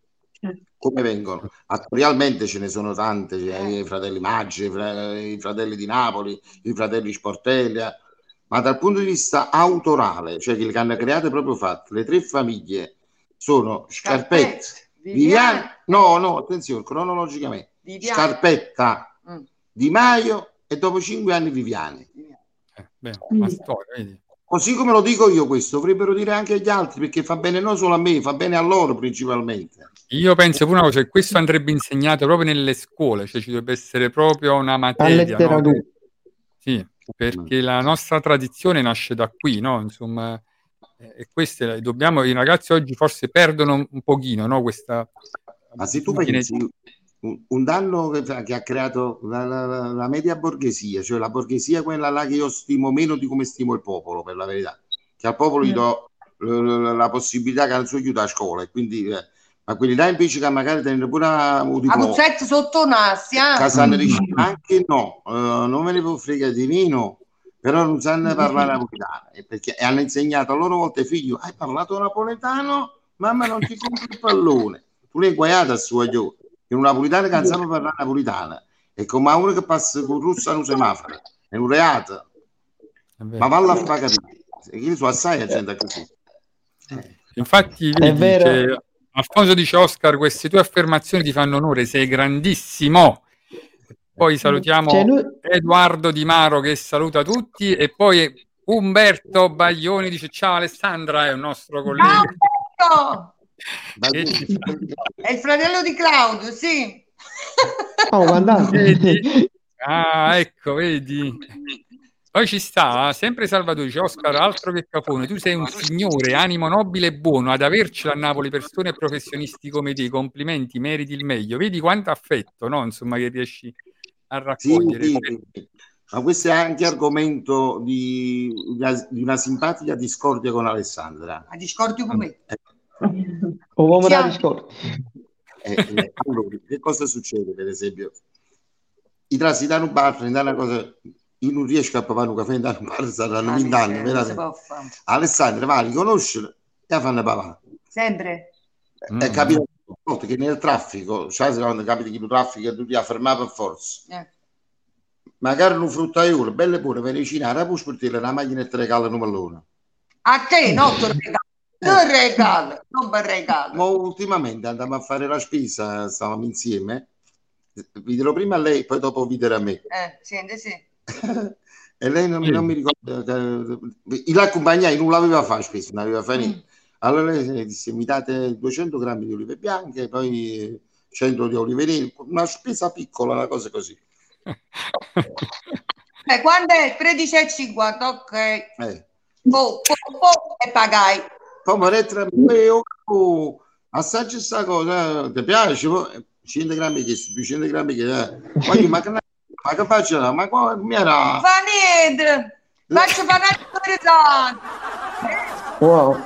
come vengono. Attualmente ce ne sono tante, cioè, i fratelli Maggi, i fra- i fratelli di Napoli, i fratelli Sportella, ma dal punto di vista autorale, cioè che le hanno create proprio fatte, le tre famiglie sono Scarpetta, Viviani, no, no, attenzione, cronologicamente, Viviani. Scarpetta, Mm. Di Maio e dopo cinque anni Viviani. Eh, beh, una storia, vedi? Così come lo dico io questo, dovrebbero dire anche gli altri, perché fa bene non solo a me, fa bene a loro principalmente. Io penso pure una cosa, che questo andrebbe insegnato proprio nelle scuole, cioè ci dovrebbe essere proprio una A materia, no? letteratura. Sì, perché la nostra tradizione nasce da qui, no? Insomma, eh, e queste dobbiamo, i ragazzi oggi forse perdono un, un pochino, no? Questa Ma se tu abitudine. pensi, un, un danno che, che ha creato la, la- la- la media borghesia, cioè la borghesia quella là che io stimo meno di come stimo il popolo, per la verità, che al popolo gli do eh, la, la possibilità che non so chiuda a scuola, e quindi, eh, ma quelli là invece che magari tenere pure un A diploma, Buzzetto sotto un'assia. che sanno dice, anche no, eh, non me ne può frega di meno, però non sanno parlare napoletano, e perché hanno insegnato a loro volte figlio, hai parlato napoletano? Mamma non ti compri il pallone. Tu l'hai guaiato a suo io, in un napoletano che non sa parlare napoletana, e come a uno che passa con russo a un semaforo, è un reato, È vero. ma valla a far capire, io so assai la gente così. Eh. Infatti, È vedi, vero. cioè, Alfonso dice: Oscar, queste tue affermazioni ti fanno onore, sei grandissimo. Poi salutiamo Cioè, lui- Edoardo Di Maro che saluta tutti, e poi Umberto Baglioni dice: ciao Alessandra, è un nostro collega. Ciao, Che ci fa- è il fratello di Claudio, sì. Oh, guardate. Vedi? Ah, ecco, vedi. Poi ci sta, sempre Salvatore dice: Oscar, altro che Cafone, tu sei un signore, animo nobile e buono, ad avercela a Napoli persone e professionisti come te, complimenti, meriti il meglio. Vedi quanto affetto, no? Insomma, che riesci a Sì, raccogliere. sì, sì. Ma questo è anche argomento di una, di una simpatica discordia con Alessandra. A discordi con me. O uomo da Siamo- discordia. Eh, eh, allora, che cosa succede, per esempio? I trasiti danno un bar, danno una cosa, io non riesco a provare un caffè, danno un bar, saranno Ah, venti anni. non veramente. si può fare. Alessandra va a riconoscere e la fanno pavare. Sempre. Mm. È capitato a volte che nel traffico, cioè quando capita che il traffico e tu ti ha fermato per forza, Eh. magari un fruttaiolo, bello e buono, per ricinare la puspirtella, una macchinetta regala un pallone. A te, no, tu regalo. Non regalo, non per regalo. Ma ultimamente andavamo a fare la spesa, stavamo insieme, videro prima a lei, poi dopo videro a me. Eh, senti, sì. E lei non, non mi ricorda, eh, la accompagnai, non l'aveva fatto spesso, non aveva fatto niente. Allora lei disse: mi date duecento grammi di olive bianche, poi cento di olive nere, una spesa piccola, una cosa così. Eh, quando è tredici e cinquanta, ok. Eh. Po, po, po, e pagai. Poi mi retro, oh, oh, assaggia questa cosa, eh, ti piace? Poi, cento grammi che duecento grammi che eh. Ma io, ma che, ma che faccio? Ma qua mi era... Fa niente. Faccio parlare di Wow.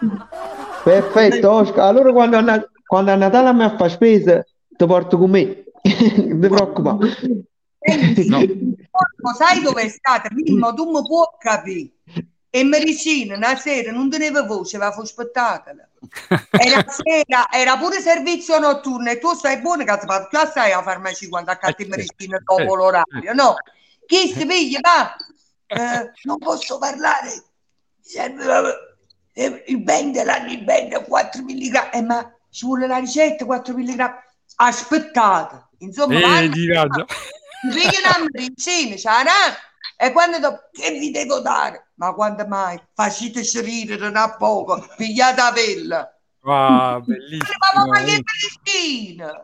Perfetto, Oscar. Allora quando a, Na- quando a Natale a me fa spesa, ti porto con me. Non ti preoccupare. Senti, No. sai dove è stata? Mimmo, tu mi puoi capire. E medicina, una sera non teneva voce, va fu spettacolo. Era sera, era pure servizio notturno e tu stai buono che ma tu stai a farmacia quando accatti medicina dopo l'orario, no? Chi si piglia, va? Eh, non posso parlare, serve eh, il bend, l'anno il bend, quattro milligrammi, eh, ma ci vuole la ricetta, quattro milligrammi. Aspettate, insomma, Eh, vanno, di raggio. pigliano la medicina, c'è e quando dopo, che vi devo dare? Ma quando mai? Facite scerire da a poco, pigliate la pelle. Wow, bellissimo. Ma ma che medicina?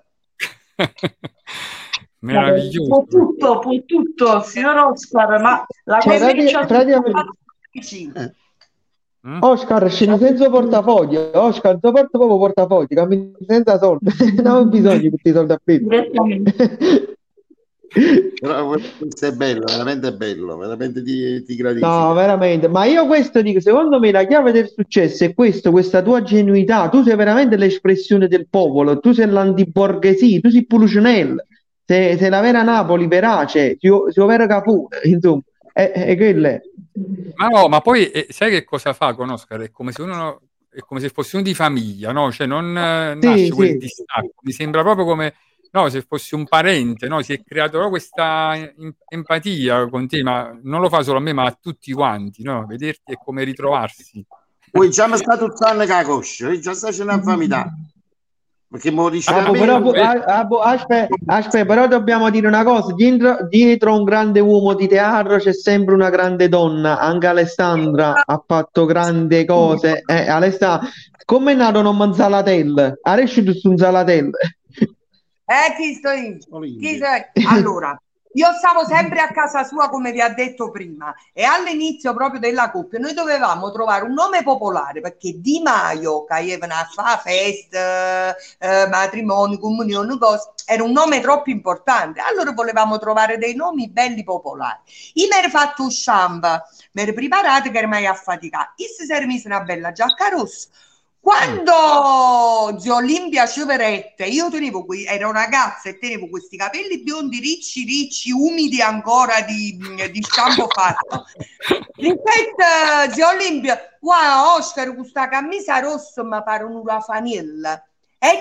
Meraviglioso. Può tutto, può tutto, signor Oscar, ma la Cioè, convincia prati- praticamente- Mm? Oscar, scendi senza portafoglio. Oscar, non porta proprio portafoglio, cammini senza soldi. Non ho bisogno di tutti i soldi a piedi. direttamente. Però questo è bello, veramente bello, veramente ti, ti gratifica. No, veramente. Ma io questo dico, secondo me la chiave del successo è questo, questa tua genuinità. Tu sei veramente l'espressione del popolo, tu sei l'antiborghesia, tu sei Pulcinella, sei, sei la vera Napoli, verace, sei, sei un vero Capone, insomma. E, e quello è. Ma no, ma poi eh, sai che cosa fa con Oscar? È come se uno è come se fosse uno di famiglia, no? Cioè non eh, Sì, nasce quel sì. distacco. Mi sembra proprio come no, se fosse un parente, no? Si è creato proprio questa em- empatia con te, ma non lo fa solo a me, ma a tutti quanti, no? Vederti è come ritrovarsi. Poi già mi sta tutto l'anno che la coscia, già sta c'è una famiglia. Perché mo dice Ah, a me, però, ah, ah, boh, aspetta, aspetta, però dobbiamo dire una cosa, dietro, dietro un grande uomo di teatro c'è sempre una grande donna, anche Alessandra ha fatto grandi cose, eh, Alessandra, come è nato non manzalatelle? Ha riuscito su un zalatelle? Eh, chi sto io? Chi sto- Allora, io stavo sempre a casa sua, come vi ha detto prima, e all'inizio proprio della coppia noi dovevamo trovare un nome popolare, perché Di Maio, che avevano a fare festa, eh, matrimonio, comunione, cose, era un nome troppo importante. Allora volevamo trovare dei nomi belli popolari. Io mi ero fatto un shampoo, mi ero preparato che ero mai affaticata. Io si era messo una bella giacca rossa. Quando zio Olimpia Ceverette, io tenevo qui, ero ragazza e tenevo questi capelli biondi ricci, ricci, umidi ancora di, di shampoo fatto. Rispetto zio Olimpia, guarda Oscar, questa camisa rossa mi pare una fanella. E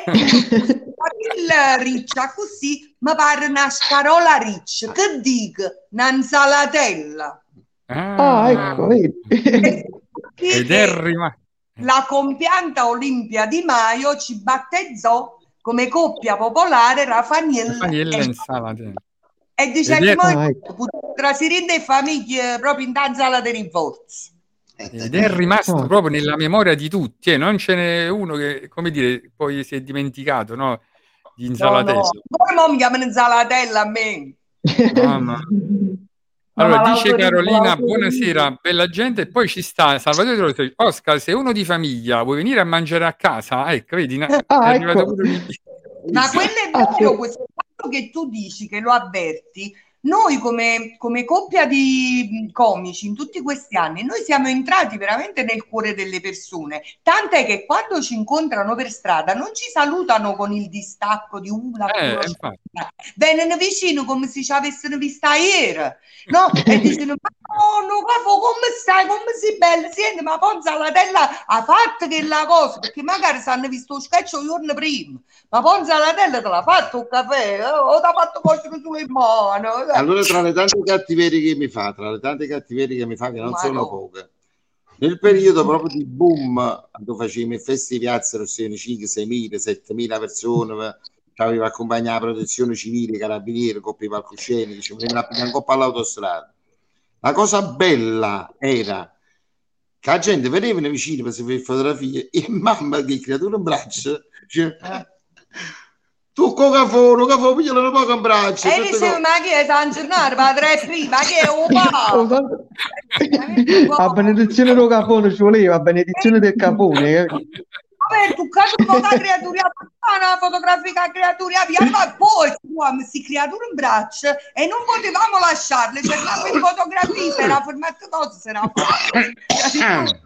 questa riccia così mi pare una scarola riccia. Che dico? Una insalatella. Ah, ecco, vedi. Ed è rimasto. La compianta Olimpia Di Maio ci battezzò come coppia popolare Raffagnella Raffagnella e, insalatella. e dice Ed che è- noi Ah, ecco. trasferite famiglie proprio in tanzala di rinforzo. Ed è rimasto Ah. proprio nella memoria di tutti, e non ce n'è uno che, come dire, poi si è dimenticato, no? Di No, insalatella. no, poi mi chiamano insalatella a me. Mamma. No, Allora, ma dice l'autorizzo- Carolina, l'autorizzo. buonasera, bella gente, e poi ci sta Salvatore Te lo dice, Oscar, sei uno di famiglia, vuoi venire a mangiare a casa? Ecco, vedi, na- Ah, è arrivato ecco. pure un- Ma quello è Ah, vero, sì. questo fatto che tu dici, che lo avverti, noi come, come coppia di comici in tutti questi anni, noi siamo entrati veramente nel cuore delle persone, tant'è che quando ci incontrano per strada non ci salutano con il distacco di una Eh, infatti. vengono vicino come se ci avessero vista ieri, no? E dicono, ma no, no, capo, come stai, come sei bella, senti, ma Ponza la tella ha fatto quella cosa, perché magari si hanno visto lo sketch il giorno prima, ma Ponza la tella te l'ha fatto un caffè, eh? O ti ha fatto così sulle mani, allora tra le tante cattiverie che mi fa, tra le tante cattiverie che mi fa, che non Ma sono no. poche, nel periodo proprio di boom, quando facevo i feste di piazza, erano cinque, seimila, settemila persone, che aveva accompagnato la protezione civile, carabinieri, coppie palcosceniche, ci venivano a pigliare un coppa all'autostrada. La cosa bella era che la gente veniva vicino per fare fotografie e mamma che creatura in braccio, cioè, tu con cafone, cafone, piglialo un po' in braccio. E tutte dicevo, cose. ma che è San Gennaro, padre P, ma che è un Oh, po'? santo- A benedizione del capone ci voleva, a benedizione del capone. eh. Vabbè, tu caso un po' la creatura, una fotografica creatura via, ma poi questi creature in braccio e non potevamo lasciarle, cercavo in fotografia, si era fermato cosa, si era fatto.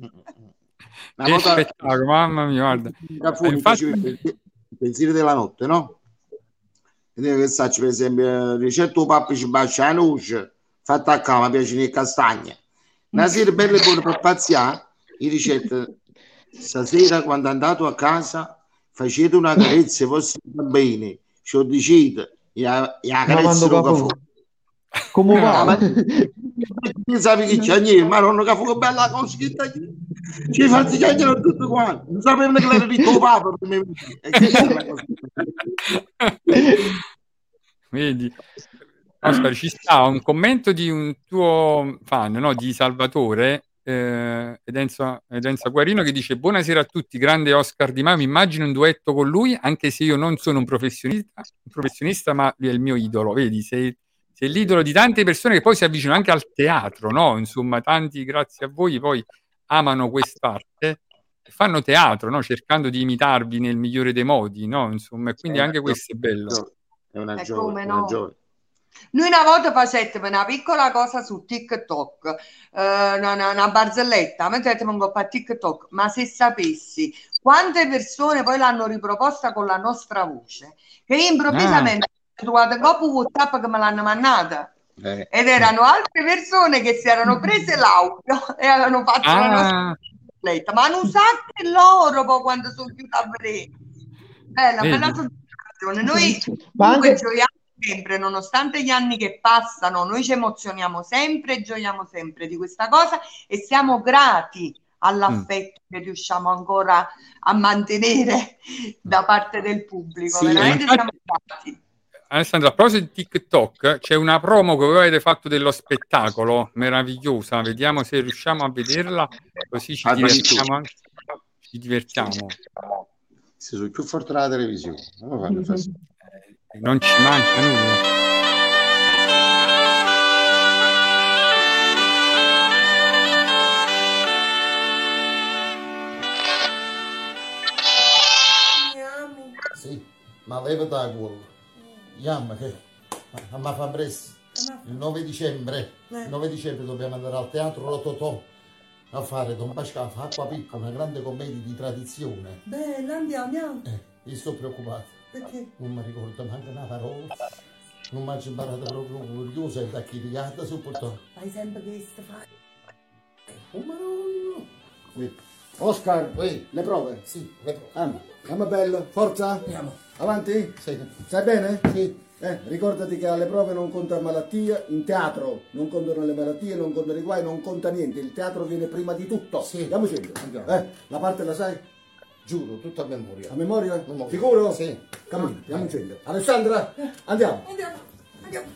Una Che volta- spettacolo, mamma mia, guarda. Cafoni Infatti- faceva il pensiero della notte, no? Che sacci, per esempio, ricetto pappi ci bacia la noce, fatta a cama, mi piace le castagne. Una sera bella e buona per pazziare, io ricetto, stasera quando è andato a casa, facete una carezza ai vostri bambini, ci ho deciso, e la carezza non caffè. Come va? Tu sai che c'è niente, ma non caffè, che bella cosa che ci fatti chiacchierare tutto quanto, non sapevano che l'era ricco papa. Vedi, Oscar, ci sta un commento di un tuo fan, no? Di Salvatore eh, Edenza, Edenza Guarino, che dice: buonasera a tutti, grande Oscar Di Maio, mi immagino un duetto con lui, anche se io non sono un professionista, un professionista ma lui è il mio idolo. Vedi, sei, sei l'idolo di tante persone che poi si avvicinano anche al teatro, no? Insomma, tanti, grazie a voi, poi amano quest'arte e fanno teatro, no? Cercando di imitarvi nel migliore dei modi, no? Insomma, e quindi anche questo è bello. È una E gioia, come una no? gioia. Noi una volta facemmo una piccola cosa su TikTok, eh, una, una, una barzelletta, mettetemi un po' a TikTok, ma se sapessi quante persone poi l'hanno riproposta con la nostra voce, che io improvvisamente ho trovato dopo WhatsApp che me l'hanno mandata. Eh. Ed erano altre persone che si erano prese l'audio e avevano fatto Ah. la nostra barzelletta, ma hanno usato loro poi quando sono chiusa a vedere. Bella, Vedi. bella soddisfazione. Noi Ma comunque anche- gioiamo sempre, nonostante gli anni che passano, noi ci emozioniamo sempre e gioiamo sempre di questa cosa e siamo grati all'affetto che riusciamo ancora a mantenere da parte del pubblico. Sì, Veramente infatti- siamo grati. Alessandra, a proposito di TikTok, c'è una promo che voi avete fatto dello spettacolo meravigliosa. Vediamo se riusciamo a vederla, così ci Ah, divertiamo anche. Ci divertiamo. Se sono più fortunato della televisione, non lo fanno fare. Eh, non ci manca nulla. Sì, ma leva da quello. Yamma che a ma fa presto. Il nove dicembre, il nove dicembre dobbiamo andare al teatro Rototò a fare Don Pascafo, Acqua Piccola, una grande commedia di tradizione. Bella, andiamo, andiamo. Eh, io sto preoccupato. Perché? Non mi ricordo manco una parola. Non mi ha imparato proprio curioso e da chi rigata sul portone. Fai sempre questo, fai. Oh maronna! Sì. Oscar, Uè. le prove? Sì, le prove. Andiamo, andiamo bello, forza? Andiamo. Avanti? Sì. Stai bene? Sì. Eh, ricordati che alle prove non conta malattia, in teatro non contano le malattie, non contano i guai, non conta niente, il teatro viene prima di tutto. Sì. Andiamo dicendo. Andiamo. Eh, la parte la sai? Giuro, tutto a memoria. A memoria? Memoria. Sicuro? Sì. Cammino, andiamo dicendo. Alessandra, andiamo. Andiamo, andiamo.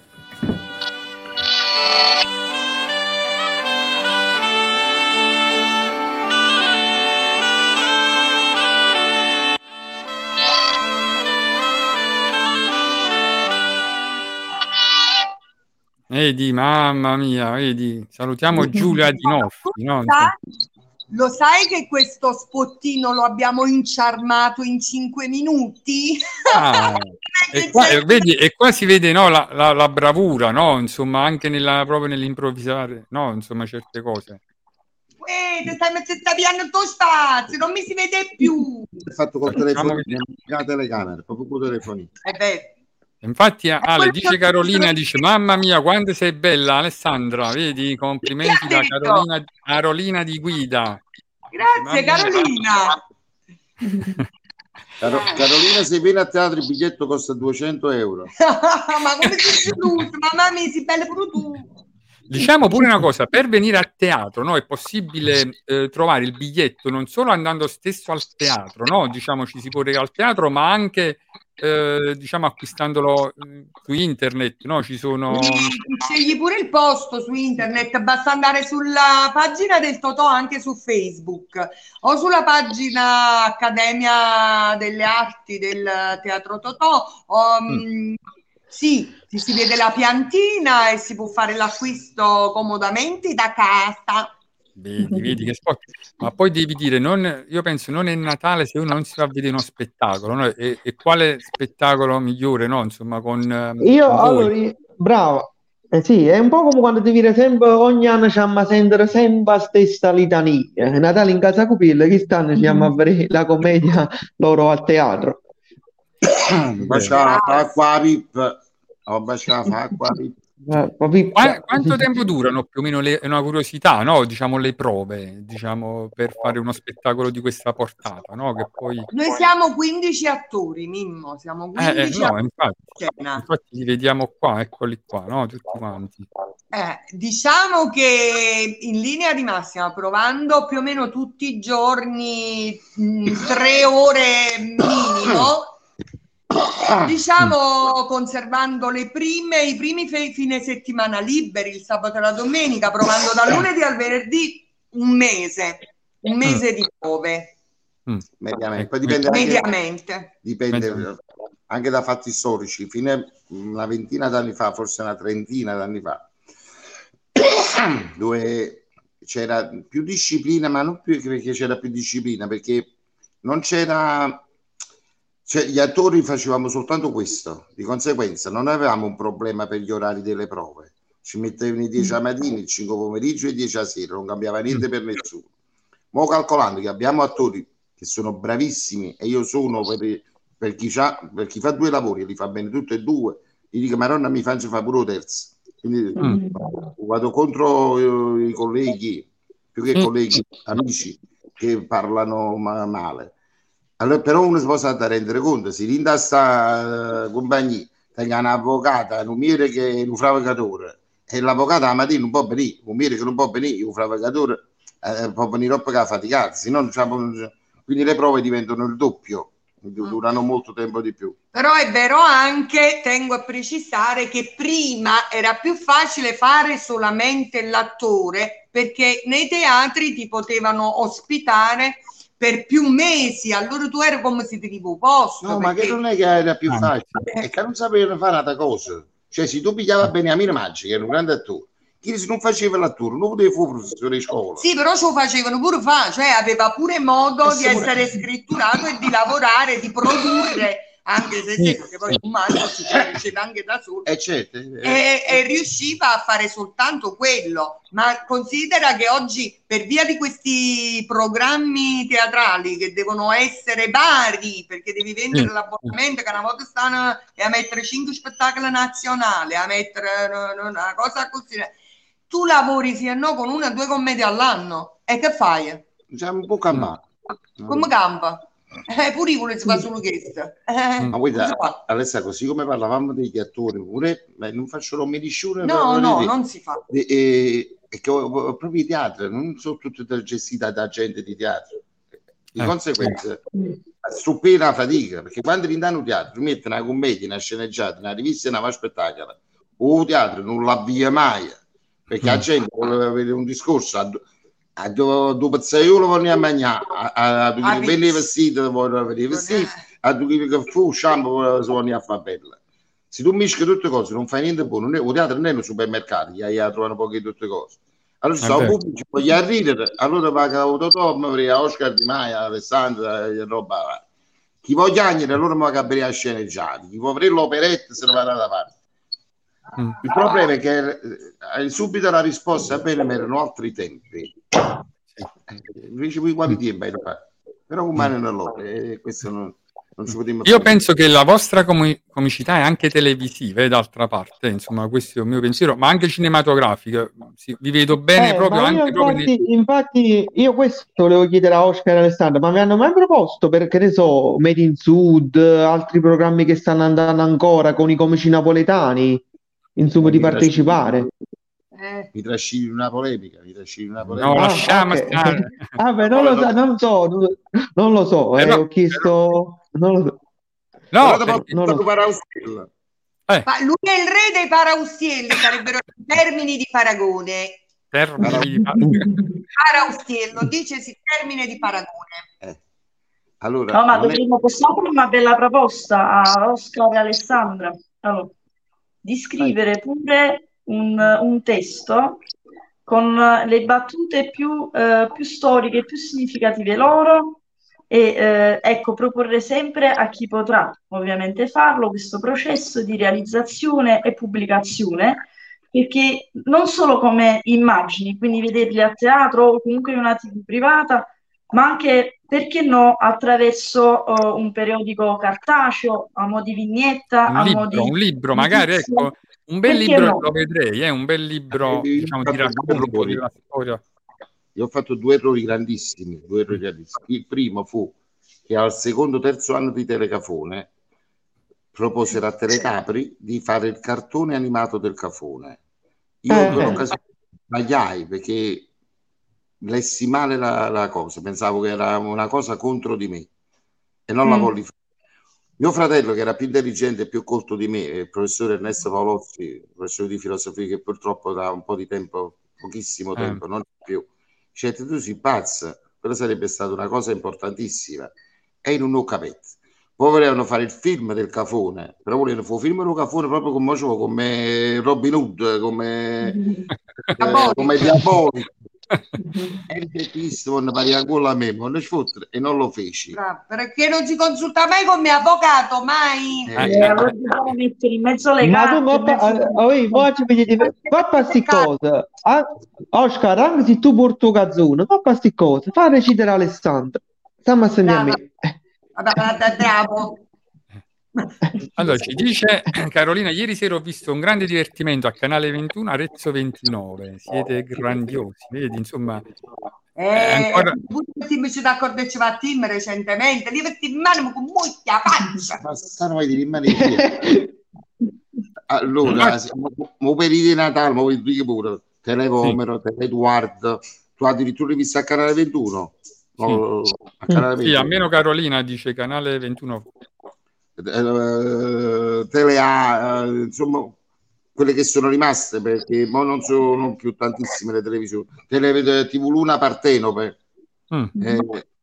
Vedi, mamma mia, vedi. Salutiamo Giulia Di Noffi, no? Lo sai che questo spottino lo abbiamo inciarmato in cinque minuti? Ah, e, qua, e vedi, e qua si vede, no, la, la, la bravura, no? Insomma, anche nella, proprio nell'improvvisare, no? Insomma, certe cose. Vedi, stai mettendo via il tuo spazio, non mi si vede più. Ho fatto col Facciamo telefono, la telecamera, proprio con il telefonino. Eh beh, Infatti, Ale, dice Carolina, dice, mamma mia, quanto sei bella, Alessandra, vedi? Complimenti da Carolina, Carolina di Guida. grazie Carolina. Caro- Carolina, se vieni a teatro il biglietto costa duecento euro. Ma come sei giusto? Mamma mia, sei bella pure tu. Diciamo pure una cosa, per venire a teatro, no, è possibile eh, trovare il biglietto non solo andando stesso al teatro, no? Diciamo ci si può recare al teatro, ma anche eh, diciamo acquistandolo eh, su internet, no? Ci sono... Scegli pure il posto su internet, basta andare sulla pagina del Totò anche su Facebook o sulla pagina Accademia delle Arti del Teatro Totò. O, mm. Sì, si vede la piantina e si può fare l'acquisto comodamente da casa. Vedi, vedi che sport. Ma poi devi dire, non, io penso non è Natale se uno non si va a vedere uno spettacolo, no? E, e quale spettacolo migliore, no? Insomma, con Io, con allora, voi. io- bravo. Eh sì, è un po' come quando ti dire sempre, ogni anno ci a sentire sempre la stessa litania. Natale in casa Cupilla, chi stanno ci a vedere la commedia loro al teatro. Baciava acqua a pip. Ho baciato acqua a pip. Qua- quanto tempo durano più o meno le, è una curiosità, no? Diciamo le prove, diciamo, per fare uno spettacolo di questa portata, no? Che poi Noi siamo quindici attori, Mimmo, siamo eh, eh, quindici no, attori infatti, in scena. infatti li vediamo qua, eccoli qua, no? Tutti quanti. Eh, diciamo che in linea di massima, provando più o meno tutti i giorni, mh, tre ore minimo, diciamo conservando le prime, i primi fe- fine settimana liberi, il sabato e la domenica, provando dal lunedì al venerdì un mese, un mese di prove. Mm. Mediamente. Poi dipende anche, Mediamente. dipende Mediamente. anche da fatti storici. Fino a una ventina d'anni fa, forse una trentina d'anni fa, dove c'era più disciplina, ma non più perché c'era più disciplina, perché non c'era, cioè gli attori facevamo soltanto questo, di conseguenza non avevamo un problema per gli orari delle prove, ci mettevano i dieci a mattina, il cinque pomeriggio e i dieci a sera, non cambiava niente per nessuno. Mo calcolando che abbiamo attori che sono bravissimi e io sono per, per, chi, c'ha, per chi fa due lavori e li fa bene tutti e due, gli dico Maronna mi faccio fa pure lo terzo. Quindi mm. vado contro eh, i colleghi, più che colleghi, amici che parlano ma- male. Allora, però uno si può stare a rendere conto, se in questa uh, compagnia tenga un'avvocata, un miere che è un fravecatore e l'avvocato la mattina non può venire, un miere che non può venire, un fravecatore eh, può venire dopo che ha faticato, se no, diciamo, quindi le prove diventano il doppio, durano molto tempo di più. Però è vero anche, tengo a precisare, che prima era più facile fare solamente l'attore, perché nei teatri ti potevano ospitare per più mesi, allora tu eri come se ti tipo posto. No, perché... ma che non è che era più facile, è che non sapevano fare una cosa. Cioè, se tu pigliava Beniamino Maggi, che era un grande attore, chi se non faceva l'attore, non poteva fare professore di scuola. Sì, però ce lo facevano pure fa, cioè aveva pure modo Eh, di sì, essere scritturato e di lavorare, di produrre, anche se sì, perché poi un maschio si faceva anche da solo. Eh, certo, eh, e, e riusciva a fare soltanto quello, ma considera che oggi per via di questi programmi teatrali che devono essere vari, perché devi vendere sì. l'abbonamento che una volta stanno e a mettere cinque spettacoli nazionali, a mettere una cosa così, tu lavori sì e no con una o due commedie all'anno e che fai? Diciamo un po' cambiato. Come campa? Eh, pure io si fa solo questo. Eh, ma guarda, Alessia, così come parlavamo degli attori, pure ma non faccio lo medicina. No, no, non si fa. E, e, e che proprio i teatri non sono tutte gestite da gente di teatro. Di eh, conseguenza, sì. Stupire la fatica, perché quando rindanno un teatro, mettono una commedia, una sceneggiata, una rivista e una spettacolo, o teatro non l'avvia mai, perché mm. la gente vuole avere un discorso. A, a dopo sei ore vanno a mangiare, a due che vengono vestiti vogliono venire vestiti, a due che fu shampoo si vanno a fare bella. Se tu mischi tutte cose non fai niente buono, il teatro non è un supermercato, gli hai trovano poche tutte cose. Allora sono pubblici, poi a ridere, allora paga Autotom, a Oscar Di Maia, Alessandra e roba. Chi vuole chiagnere allora mi va a bere a sceneggiati, chi vuole vedere l'operetta se ne va da parte. Mm. Il problema è che eh, subito la risposta bene, ma erano altri tempi. Sì. Invece qui quali tempi hai da fare? Però umano non lo e questo non, non ci potremmo Io fare. Penso che la vostra com- comicità è anche televisiva, e d'altra parte, insomma, questo è il mio pensiero, ma anche cinematografica. Sì, vi vedo bene eh, proprio anche infatti, proprio nel... infatti io questo volevo chiedere a Oscar e Alessandro, ma mi hanno mai proposto, perché ne so, Made in Sud, altri programmi che stanno andando ancora con i comici napoletani, insomma, di partecipare? Eh. Mi trascini una polemica, mi trascini una polemica. No, ah, lasciamo okay. stare. Ah, beh, non, no, lo so, non so, non, non lo so, eh, eh, ho chiesto... Non lo so. No, perché... non lo so. Eh. Ma lui è il re dei paraustielli, sarebbero i termini di paragone. Termini di paragone. Paraustiello, dicesi termine di paragone. Eh. Allora, no, ma dovremmo è... possiamo fare una bella proposta a Oscar e Alessandra. Allora, di scrivere pure un, un testo con le battute più, eh, più storiche, più significative loro e eh, ecco, proporre sempre a chi potrà ovviamente farlo questo processo di realizzazione e pubblicazione, perché non solo come immagini, quindi vederli a teatro o comunque in una tivù privata, ma anche, perché no, attraverso uh, un periodico cartaceo, a mo' di vignetta, Un a mo' libro, di un libro, magari, notizia. ecco, un bel Perché libro no? lo vedrei, eh, un bel libro, Eh, io diciamo, ho di fatto due racconto errori. della storia. Io ho fatto due errori grandissimi, due errori grandissimi. Il primo fu che al secondo, terzo anno di Telecafone proposero a Telecapri di fare il cartone animato del Cafone. Io in Eh, quell'occasione sbagliai perché lessi male la, la cosa, pensavo che era una cosa contro di me e non la Mm. volli fare. Mio fratello, che era più intelligente e più colto di me, il professore Ernesto Paolozzi, professore di filosofia, che purtroppo da un po' di tempo, pochissimo Eh. tempo, non c'è più, dice: tu sei pazzo, quella sarebbe stata una cosa importantissima. E in un non capito. Poi volevano fare il film del Cafone, però volevano fare il film del Cafone proprio come, cioè, come Robin Hood, come, eh, come Diabolico. E il dentista non pareva con la me, non sfottere, e non lo feci. Bravo, perché non si consulta mai con mio avvocato, mai. Eh, Eh, allora dobbiamo mettere in mezzo le ma tu carte, mo in mezzo pa- ah, oi, mo ci vedi di- fa pa sti cose. Ah, Oscar, anche se tu porti un cazzone, fa pa sti cose, fa recitare Alessandro. Stiamo a sentire a Brava. me. Vabbè, vabbè, bravo. Allora, ci dice Carolina, ieri sera ho visto un grande divertimento a Canale ventuno, Arezzo ventinove, siete grandiosi, vedi, insomma, eh, Eh, ancora... mi sono d'accordo che ci va a team recentemente, diverti in mano con molta faccia. ma stanno mai di rimanere allora, mo per i di Natale, mo per i pure, Televomero, sì. Teleeduardo, tu addirittura hai visto a Canale ventuno? No, sì. A Canale ventuno. Sì, almeno Carolina dice Canale ventuno. Uh, Telea, uh, insomma, quelle che sono rimaste, perché mo non sono più tantissime le televisioni. Tele, T V Luna Partenope. Mm. Eh,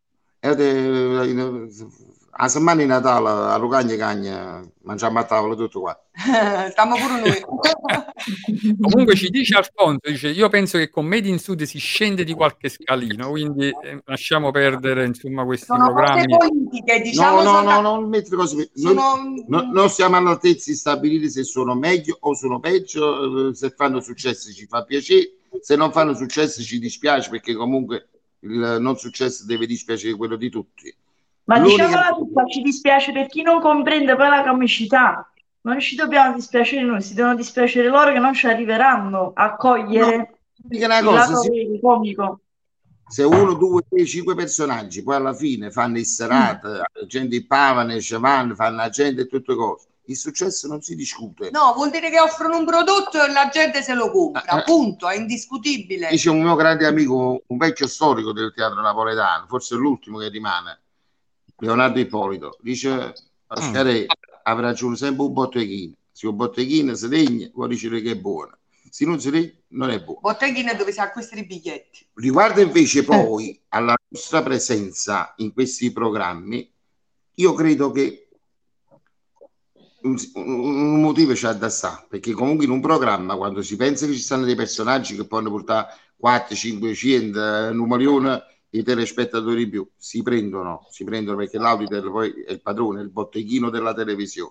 eh, a settimana di Natale a Lucagna Cagna mangiamo a tavola tutto qua. Stiamo pure noi. Comunque ci dice Alfonso, dice: io penso che con Made in Sud si scende di qualche scalino, quindi eh, lasciamo perdere, insomma, questi sono programmi. cose politiche, diciamo. No, no, sono... no, non mettere cose. sono... Non, non siamo all'altezza di stabilire se sono meglio o sono peggio. Se fanno successo ci fa piacere, se non fanno successo ci dispiace, perché comunque il non successo deve dispiacere quello di tutti. Ma diciamola tutta, ci dispiace per chi non comprende poi la comicità. Non ci dobbiamo dispiacere noi, si devono dispiacere loro che non ci arriveranno a cogliere no, il cosa, lato se, comico. Se uno, due, tre, cinque personaggi poi alla fine fanno il serate, mm. la gente pavane, ci vanno, fanno la gente e tutte cose, il successo non si discute. No, vuol dire che offrono un prodotto e la gente se lo compra, eh, appunto, è indiscutibile. Dice un mio grande amico, un vecchio storico del teatro napoletano, forse l'ultimo che rimane, Leonardo Ippolito, dice: Oscarè, mm. avrà ragione sempre un botteghino, se un botteghino si degna vuol dire che è buono, se non si degna non è buono. Botteghino dove si acquistano i biglietti. Riguardo invece poi alla nostra presenza in questi programmi, io credo che un, un motivo c'è da stare, perché comunque in un programma, quando si pensa che ci stanno dei personaggi che possono portare quattro, cinquecento, un milione di telespettatori in più, si prendono, si prendono perché l'auditor poi è il padrone, il botteghino della televisione.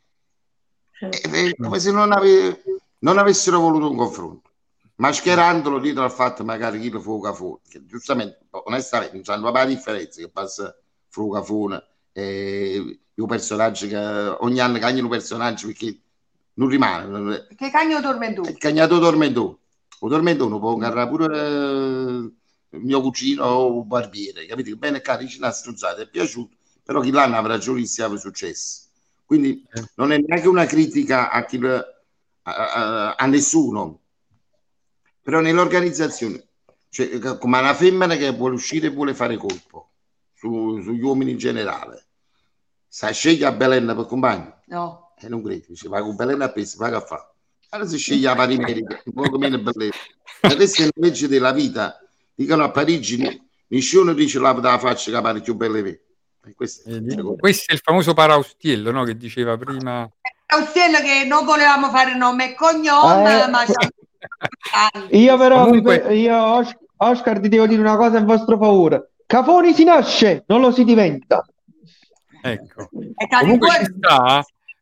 È come se non, ave, non avessero voluto un confronto, mascherandolo dietro al fatto magari chi lo fuoca fuori, che giustamente, onestamente, non sanno la differenza che passa fuoca fuori e i personaggi che ogni anno cagnano personaggi, perché non rimane. Che cagno tormentone? Il cagnato tormentone. O tormentone può agarrare pure eh, mio cugino o un barbiere, capite? Bene, cari, ci una struzzata, è piaciuto, però chi l'anno avrà ragione se avrà successo. Quindi non è neanche una critica a, chi, a, a, a nessuno, però nell'organizzazione, cioè, come una femmina che vuole uscire e vuole fare colpo su, sugli uomini in generale, sa sceglie a Belen per compagno? No. E eh, non credo, dice, va con Belen a peso, va a fare. Allora si sceglie la pari medica, un po' meno bellezza. E questa è la legge della vita. Dicono a Parigi, nessuno dice la da faccia che pare più belle me. Questo, eh, questo è il famoso Paraustiello, no? Che diceva prima. Paraustiello che non volevamo fare nome e cognome, eh, ma io però comunque... io Oscar ti devo dire una cosa in vostro favore: Cafoni si nasce, non lo si diventa. Ecco, comunque ci sta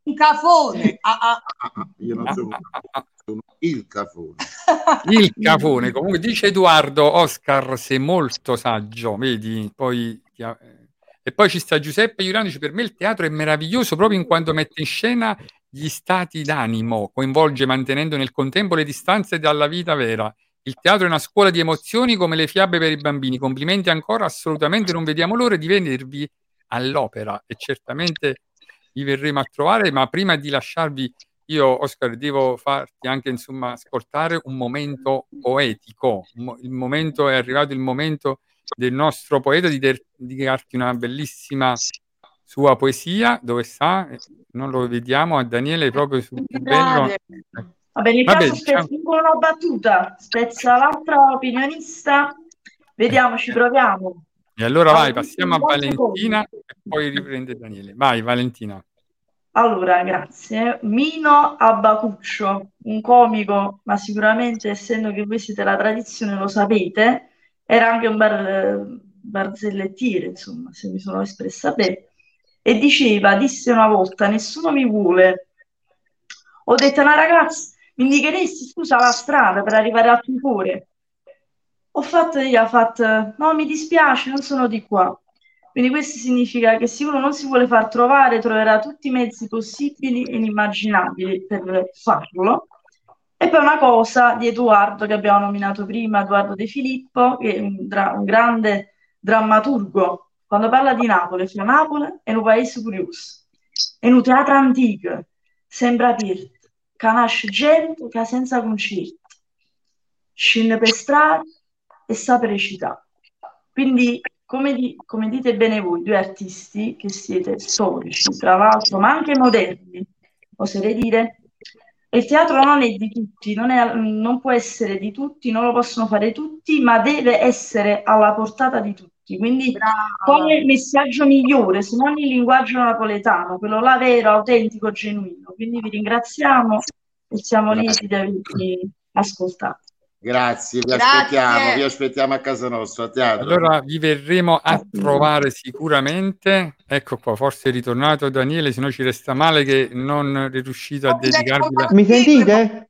un cafone. Ah, ah. Ah, io non sono, sono il cafone. Il cafone, comunque dice Edoardo, Oscar sei molto saggio, vedi? Poi ti ha- e poi ci sta Giuseppe Iurano, dice per me il teatro è meraviglioso proprio in quanto mette in scena gli stati d'animo, coinvolge mantenendo nel contempo le distanze dalla vita vera. Il teatro è una scuola di emozioni come le fiabe per i bambini. Complimenti ancora, assolutamente non vediamo l'ora di vedervi all'opera e certamente vi verremo a trovare, ma prima di lasciarvi io, Oscar, devo farti anche insomma ascoltare un momento poetico. Un mo- Il momento è arrivato il momento del nostro poeta di der- di darti una bellissima sua poesia. Dove sta? Eh, Non lo vediamo, a Daniele proprio sul più bello. Grande. Vabbè, nel Vabbè, caso diciamo- spezzo una battuta, spezza l'altra opinionista, vediamo, ci proviamo. E allora vai, Allora, passiamo a quattro Valentina e poi riprende Daniele. Vai, Valentina. Allora, grazie. Mino Abbacuccio, un comico, ma sicuramente essendo che voi siete la tradizione lo sapete, era anche un bar, barzellettiere, insomma, se mi sono espressa bene, e diceva, disse una volta, nessuno mi vuole. Ho detto a una ragazza, mi indicheresti, scusa, la strada per arrivare al tuo cuore? Ho fatto, gli ha fatto, no, mi dispiace, non sono di qua. Quindi questo significa che se uno non si vuole far trovare, troverà tutti i mezzi possibili e inimmaginabili per farlo. E poi una cosa di Edoardo che abbiamo nominato prima, Edoardo De Filippo, che è un, dra- un grande drammaturgo. Quando parla di Napoli, fa Napoli è un paese curioso, è un teatro antico, sembra aperto, che nasce gente che ha senza concerto, scende per strada e sa recitare. Quindi, come, di- come dite bene voi, due artisti che siete storici, tra l'altro, ma anche moderni, oserei dire, il teatro non è di tutti, non, è- non può essere di tutti, non lo possono fare tutti, ma deve essere alla portata di tutti. Quindi, Brava. quale messaggio migliore se non il linguaggio napoletano, quello là vero, autentico, genuino. Quindi vi ringraziamo e siamo lieti di avervi ascoltato. Grazie, vi Grazie. aspettiamo, vi aspettiamo a casa nostra, a teatro. Allora vi verremo a trovare sicuramente. Ecco qua, forse è ritornato Daniele, se no ci resta male che non è riuscito a dedicarvi la... Mi sentite?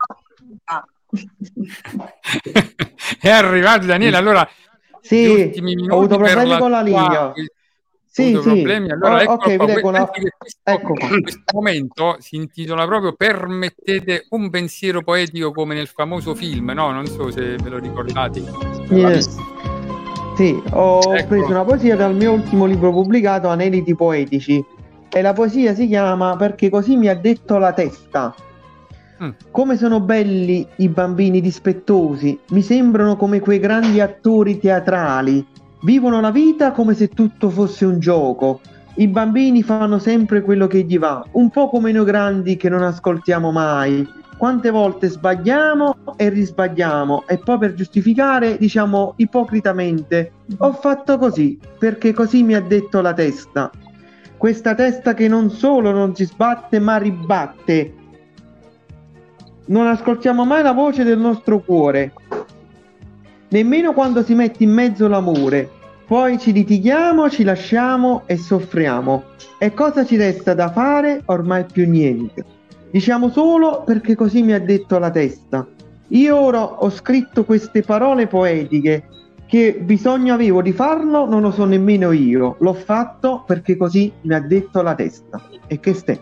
È arrivato Daniele, allora gli Sì, ultimi ho minuti avuto per problemi la con la tua- linea. ho Sì, avuto sì. problemi, allora Oh, eccolo ok, qua. vi leggo una- Penso che questo, Ecco qua. questo momento si intitola proprio Permettete un pensiero poetico come nel famoso film, no? Non so se ve lo ricordate. Eh, Sì, ho Ecco. preso una poesia dal mio ultimo libro pubblicato, Aneliti Poetici, e la poesia si chiama Perché così mi ha detto la testa. Mm. Come sono belli i bambini dispettosi, mi sembrano come quei grandi attori teatrali, vivono la vita come se tutto fosse un gioco. I bambini fanno sempre quello che gli va, un po' come noi grandi che non ascoltiamo mai. Quante volte sbagliamo e risbagliamo e poi per giustificare diciamo ipocritamente ho fatto così perché così mi ha detto la testa. Questa testa che non solo non si sbatte ma ribatte. Non ascoltiamo mai la voce del nostro cuore, nemmeno quando si mette in mezzo l'amore. Poi ci litighiamo, ci lasciamo e soffriamo. E cosa ci resta da fare? Ormai più niente. Diciamo solo perché così mi ha detto la testa. Io ora ho scritto queste parole poetiche. Che bisogno avevo di farlo non lo so nemmeno io. L'ho fatto perché così mi ha detto la testa. E che stai?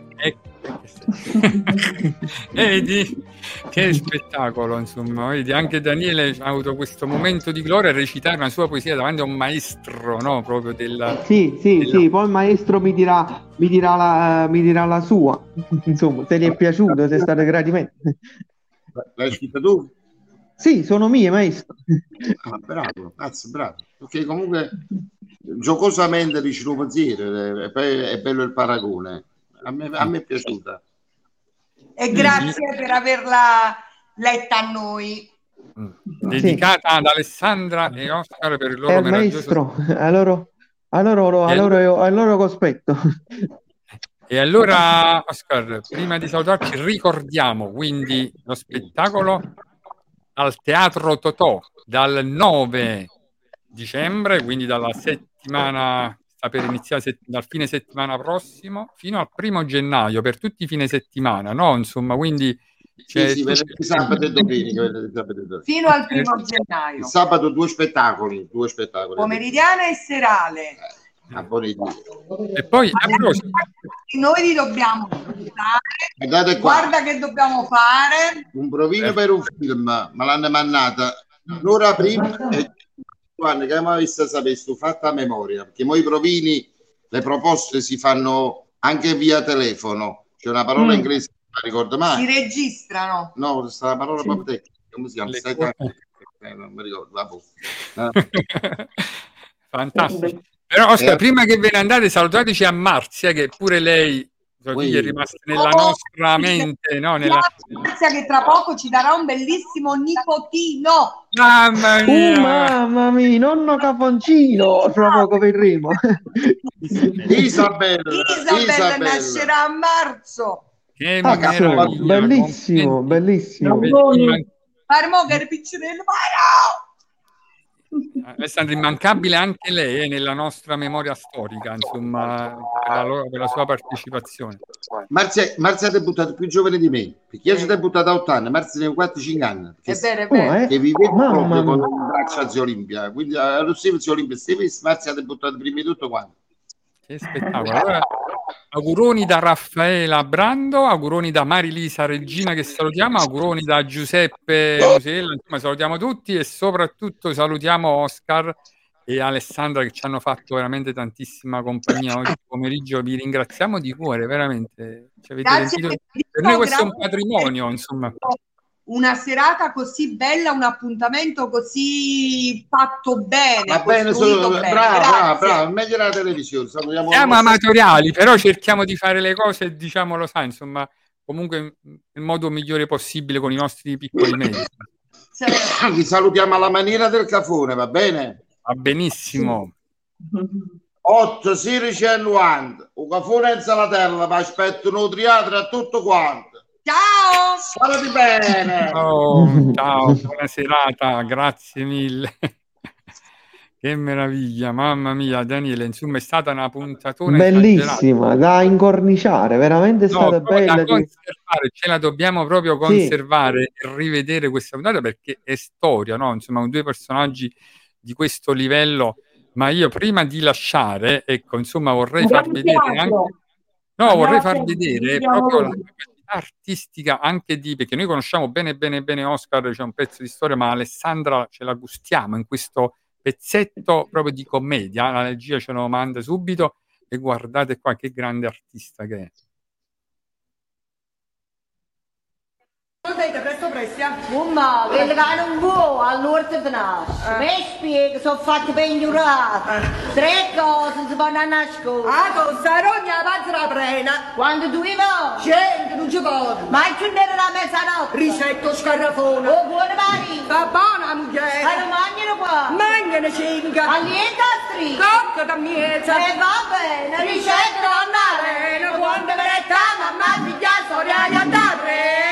Vedi che spettacolo, insomma, vedi, anche Daniele ha avuto questo momento di gloria a recitare una sua poesia davanti a un maestro, no? Proprio della... Sì, sì, della... sì, poi il maestro mi dirà, mi dirà, la, mi dirà la sua. Insomma, se gli è piaciuto, se è stato gradimento. L'hai scritta tu? Sì, sono mie, maestro. Ah, bravo, cazzo, bravo. Perché comunque giocosamente dici lo pensiero, e poi è bello il paragone. A me, a me è piaciuta. E grazie per averla letta a noi. Dedicata ad Alessandra e Oscar per il È loro il meraviglioso... maestro, a loro, a loro, a loro, a loro cospetto. E allora, Oscar, prima di salutarci, ricordiamo quindi lo spettacolo al Teatro Totò dal nove dicembre, quindi dalla settimana, festa per iniziare set- dal fine settimana prossimo fino al primo gennaio, per tutti i fine settimana, no? Insomma, quindi Sì, c'è sì, tutto- venerdì, sabato e domenica. venerdì, sabato e domenica. Fino al primo Il gennaio, sabato due spettacoli, due spettacoli. pomeridiana e serale. A Bonedì. E poi a proposito, Noi vi dobbiamo aiutare. Guardate qua, Guarda che dobbiamo fare. un provino per un film, ma l'hanno mandata l'ora prima e guarda che mi avesse sapere, sto fatta a memoria, perché mo i provini, le proposte si fanno anche via telefono, c'è una parola Mm. inglese, non la ricordo Si mai, registrano. no, questa è una parola Sì. proprio tecnica, come si chiama? Le- Stai- eh, non mi ricordo, vabbè. Eh. fantastico. Però Oscar, Eh. prima che ve ne andate, salutateci a Marzia, che pure lei, sua Ui. figlia, è rimasta nella Oh, nostra mente, no? Nella... Grazia che tra poco ci darà un bellissimo nipotino. Mamma Uh, mia! mamma mia, nonno Caponcino, fra poco vedremo. Isabella, Isabella Isabella. nascerà a marzo. Che Cazzo, meraviglia! bellissimo, Complimenti. bellissimo. Auguri. Farmo che il piccerello, Maro! Alessandra, immancabile anche lei eh, nella nostra memoria storica, insomma, per la, loro- per la sua partecipazione. Marzia, Marzia ha debuttato più giovane di me, perché io sono debuttato a otto anni, Marzia ne ha quattro cinque anni. È Che, vero, è Oh, vero. eh? che vivevo Mamma proprio con mia. il braccio a Zio Olimpia, quindi allo stesso Zio Olimpia, Stevis, Marzia ha debuttato prima di tutto quando. Che spettacolo. Allora, auguroni da Raffaela Brando, auguroni da Marilisa Regina che salutiamo, auguroni da Giuseppe Musella, insomma salutiamo tutti e soprattutto salutiamo Oscar e Alessandra che ci hanno fatto veramente tantissima compagnia oggi pomeriggio, vi ringraziamo di cuore, veramente. Ci avete Grazie riempito- per Per noi questo è un grazie. patrimonio, insomma. Una serata così bella, un appuntamento così fatto bene, Va bene, costruito solo, bene. bravo, bravo, Grazie. bravo, meglio la televisione. Salutiamo Siamo lo stesso- amatoriali, però cerchiamo di fare le cose, diciamolo, sai, insomma, comunque nel modo migliore possibile con i nostri piccoli mezzi. Vi salutiamo alla maniera del cafone, va bene? Va benissimo. otto, sedici e novanta. Un cafone e salatella, mi aspettano un teatro a tutto quanto. Ciao! Salati bene! Oh, ciao, buona serata, grazie mille. Che meraviglia, mamma mia, Daniele, insomma è stata una puntatona esagerata. Bellissima, da incorniciare, veramente è No, stata proprio da bella. di- conservare, ce la dobbiamo proprio Sì. conservare e rivedere questa puntata perché è storia, no? Insomma, con due personaggi di questo livello. Ma io prima di lasciare, ecco, insomma, vorrei far Andiamo in vedere teatro. anche. No, Andiamo vorrei a far teatro, vedere vediamo proprio la voi. capacità artistica anche di, perché noi conosciamo bene bene bene Oscar, c'è un pezzo di storia, ma Alessandra ce la gustiamo in questo pezzetto proprio di commedia, la regia ce lo manda subito e guardate qua che grande artista che è. Sentite, presto presto, eh. Mamma, quello che non vuole all'orto finale. Mi spiego, sono fatti per ignorare. Tre cose si vanno a nascondere. Ah, cosa rogna avanti la prena. Quando tu vai, Gente, non ci può. ma il giornale da mezzanotte. Risetto scarrafone. Oh, buone mani. Va buona, mujer. Ma non mangiano qua. Mangiano cinque. Alienta a striscia. Cocca da miezza. E va bene, ricetta donnare. Bene, quando me ne sta, mamma, figlia, storia di andare.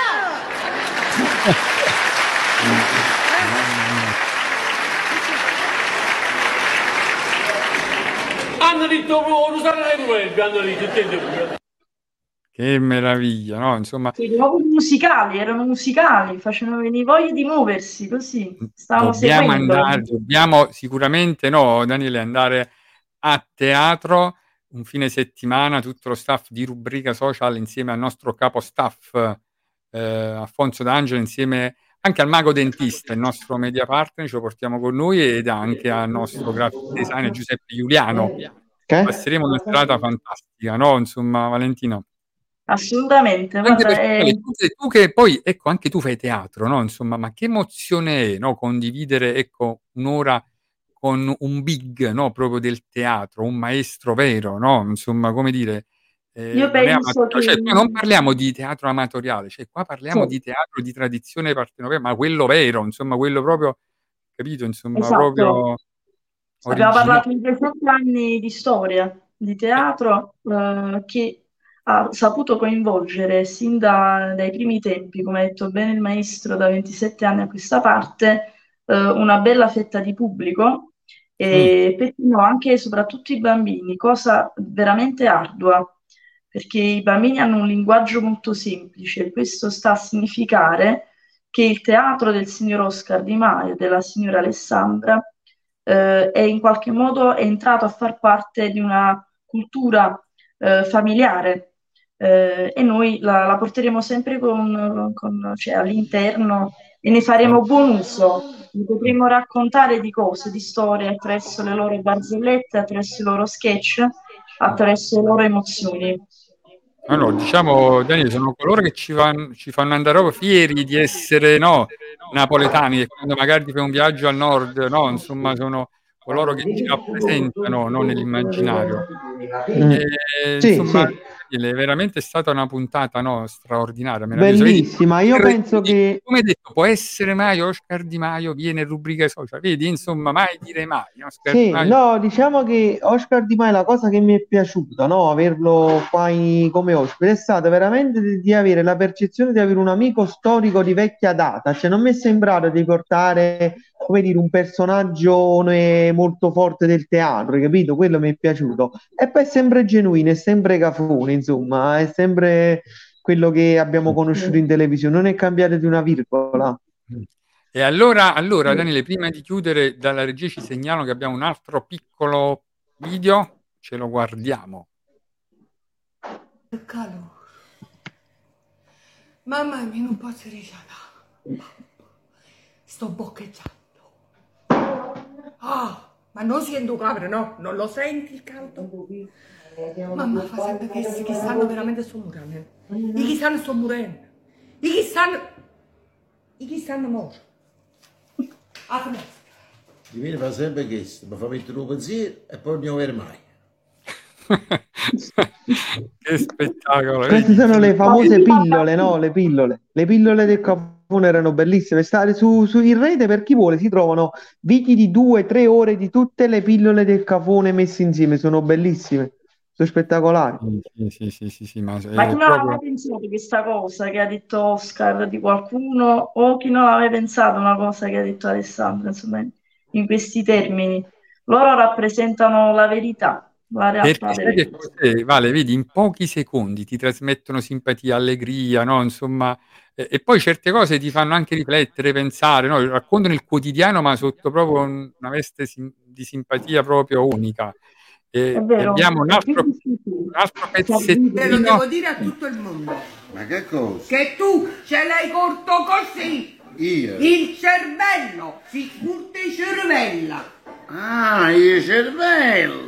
Hanno detto, oh, non sarei quelli, hanno detto, intende pure. Che meraviglia, no? Insomma, Sì, proprio musicali, erano musicali, facevano venire voglia di muoversi così. Stavamo dobbiamo seguendo. andare, dobbiamo sicuramente, no, Daniele, andare a teatro un fine settimana, tutto lo staff di Rubrica Social insieme al nostro capo staff eh, Alfonso D'Angelo, insieme anche al Mago Dentista, il nostro media partner, ce lo portiamo con noi, ed anche al nostro graphic designer Giuseppe Giuliano. Che? Passeremo una serata fantastica, no? Insomma, Valentina. Assolutamente. Anche Guarda, perché è- tu, che- tu che poi, ecco, anche tu fai teatro, no? Insomma, ma che emozione è, no? Condividere, ecco, un'ora con un big, no? Proprio del teatro, un maestro vero, no? Insomma, come dire, eh, Io non è penso amatoriale. che- Cioè, qua non parliamo di teatro amatoriale, cioè qua parliamo Sì. di teatro di tradizione partenopea, ma quello vero, insomma, quello proprio, capito? Insomma, Esatto. proprio Abbiamo originale. parlato di diciotto anni di storia, di teatro, eh, che ha saputo coinvolgere sin da- dai primi tempi, come ha detto bene il maestro, da ventisette anni a questa parte, eh, una bella fetta di pubblico, e perché no, anche e soprattutto i bambini, cosa veramente ardua, perché i bambini hanno un linguaggio molto semplice. Questo sta a significare che il teatro del signor Oscar Di Maio e della signora Alessandra eh, è in qualche modo è entrato a far parte di una cultura eh, familiare, eh, e noi la, la porteremo sempre con, con, cioè, all'interno, e ne faremo buon uso. Vi potremo raccontare di cose, di storie attraverso le loro barzellette, attraverso i loro sketch, attraverso le loro emozioni. Allora, diciamo, Daniele, sono coloro che ci, van, ci fanno andare proprio fieri di essere, no, napoletani, e quando magari ti fai un viaggio al nord, no, insomma, sono coloro che ci rappresentano, no, nell'immaginario. E, Sì, insomma, sì. Daniele, veramente è stata una puntata, no, straordinaria, meravigliosa. Bellissima, io Vedi, penso che come hai detto, può essere mai Oscar Di Maio viene in rubrica social, vedi, insomma, mai dire mai. Oscar Di sì, Maio. no, diciamo che Oscar Di Maio, la cosa che mi è piaciuta, no, averlo qua in- come ospite, è stata veramente di, di avere la percezione di avere un amico storico di vecchia data, cioè non mi è sembrato di portare, come dire, un personaggio eh, molto forte del teatro, hai capito? Quello mi è piaciuto. E poi è sempre genuino, è sempre cafone, insomma, è sempre quello che abbiamo conosciuto in televisione, non è cambiato di una virgola. E allora, allora, Daniele, prima di chiudere, dalla regia ci segnalano che abbiamo un altro piccolo video, ce lo guardiamo. Calore. Mamma mia, non posso risciare. Sto boccheggiando. Ah, ma non sento capre, no? Non lo senti il caldo? Mamma fa sempre che che stanno veramente sto morendo. I chi stanno sto morendo. I chi stanno... I chi stanno morendo. Ah, finestra. Di me fa sempre questo, mi fa mettere un pensiero e poi non ne mai. Che spettacolo! Queste sono le famose pillole, no? Le pillole. Le pillole del cafone erano bellissime. Stare su, su in rete, per chi vuole, si trovano video di due, tre ore di tutte le pillole del cafone messe insieme. Sono bellissime, sono spettacolari. Sì, sì, sì, sì, sì, ma, Ma è chi non proprio... aveva pensato questa cosa che ha detto Oscar di qualcuno, o chi non aveva pensato una cosa che ha detto Alessandro, insomma, in questi termini? Loro rappresentano la verità, la realtà Perché sai delle che cose. cos'è? Vale, vedi, in pochi secondi ti trasmettono simpatia, allegria, no? Insomma, e, e poi certe cose ti fanno anche riflettere, pensare, no? Raccontano il quotidiano, ma sotto proprio un- una veste sim- di simpatia proprio unica. È E, e vero, abbiamo un è più altro, difficile. un altro Te lo pezzettino. devo dire a tutto il mondo. Ma che cosa? Che tu ce l'hai corto così. Io? Il cervello si curta i cervella. Ah, il cervello!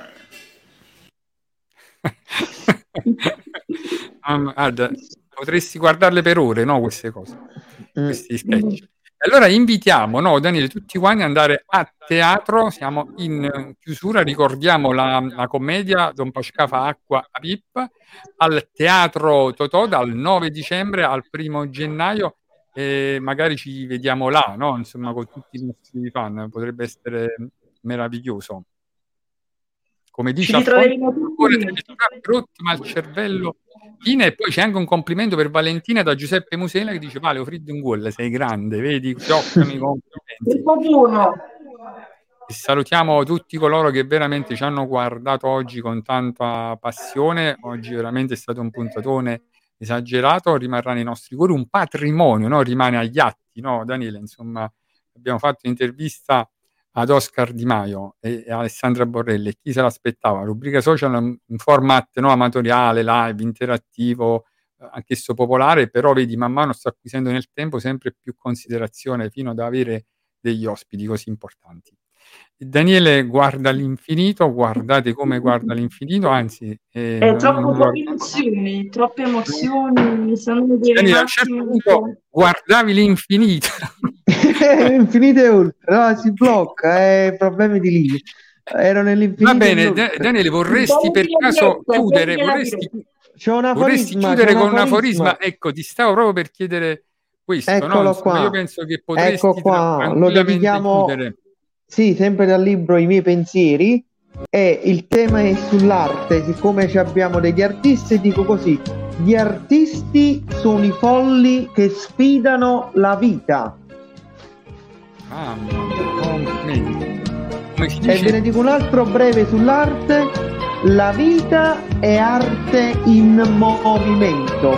Ah, guarda, potresti guardarle per ore, no? Queste cose, questi sketch. Allora invitiamo, no, Daniele, tutti quanti ad andare a teatro. Siamo in eh, chiusura, ricordiamo la, la commedia Don Pasca fa acqua a Pip al Teatro Totò dal nove dicembre al primo gennaio, e magari ci vediamo là, no? Insomma, con tutti i nostri fan, potrebbe essere meraviglioso. Come Ci dice Alfonso, ritroveremo tutti lì. rotti ma il cervello fine. E poi c'è anche un complimento per Valentina da Giuseppe Musella che dice: Vale, ho freddo in gola, sei grande, vedi, toccano i complimenti. Buono. E salutiamo tutti coloro che veramente ci hanno guardato oggi con tanta passione. Oggi veramente è stato un puntatone esagerato, rimarrà nei nostri cuori, un patrimonio, no? Rimane agli atti, no, Daniele? Insomma, abbiamo fatto un'intervista ad Oscar Di Maio e, e Alessandra Borrelli. Chi se l'aspettava? Rubrica social, un format, no, amatoriale, live, interattivo, eh, anch'esso popolare, però vedi, man mano sta acquisendo nel tempo sempre più considerazione fino ad avere degli ospiti così importanti. Daniele guarda l'infinito, guardate come guarda l'infinito, anzi... Eh, È non, troppo non poche guarda... emozioni, troppe emozioni, se non devi Daniele, un a un certo attimo... punto guardavi l'infinito. Infinito e oltre, no, si blocca, eh, problemi di linea. Ero nell'infinito. Va bene, e oltre. Da- Daniele, vorresti per caso chiudere? Vorresti, C'è un vorresti aforisma, chiudere c'è un con un aforisma. aforisma? Ecco, ti stavo proprio per chiedere questo, no? Eccolo Insomma, qua. io penso che potresti Ecco qua, tra- lo tranquillamente dedichiamo, chiudere. sì, sempre dal libro I miei pensieri, e il tema è sull'arte. Siccome ci abbiamo degli artisti, dico così: gli artisti sono i folli che sfidano la vita. Ah, complimenti. come si E dice? ve ne dico un altro breve sull'arte. La vita è arte in movimento.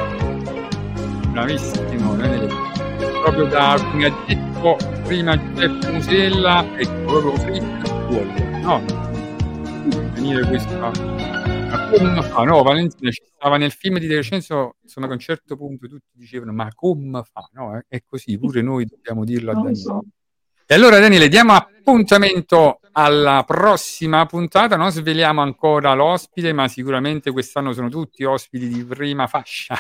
Bravissimo, Daniele. Proprio da come ha detto prima Giuseppe Musella, è proprio fritto, no? Venire questa ma come fa? No, Valentina ci stava nel film di De Vincenzo, insomma che a un certo punto tutti dicevano ma come fa? No, è, è così, pure noi dobbiamo dirlo a Non lo Daniele. so. E allora Daniele, diamo appuntamento alla prossima puntata, non sveliamo ancora l'ospite, ma sicuramente quest'anno sono tutti ospiti di prima fascia.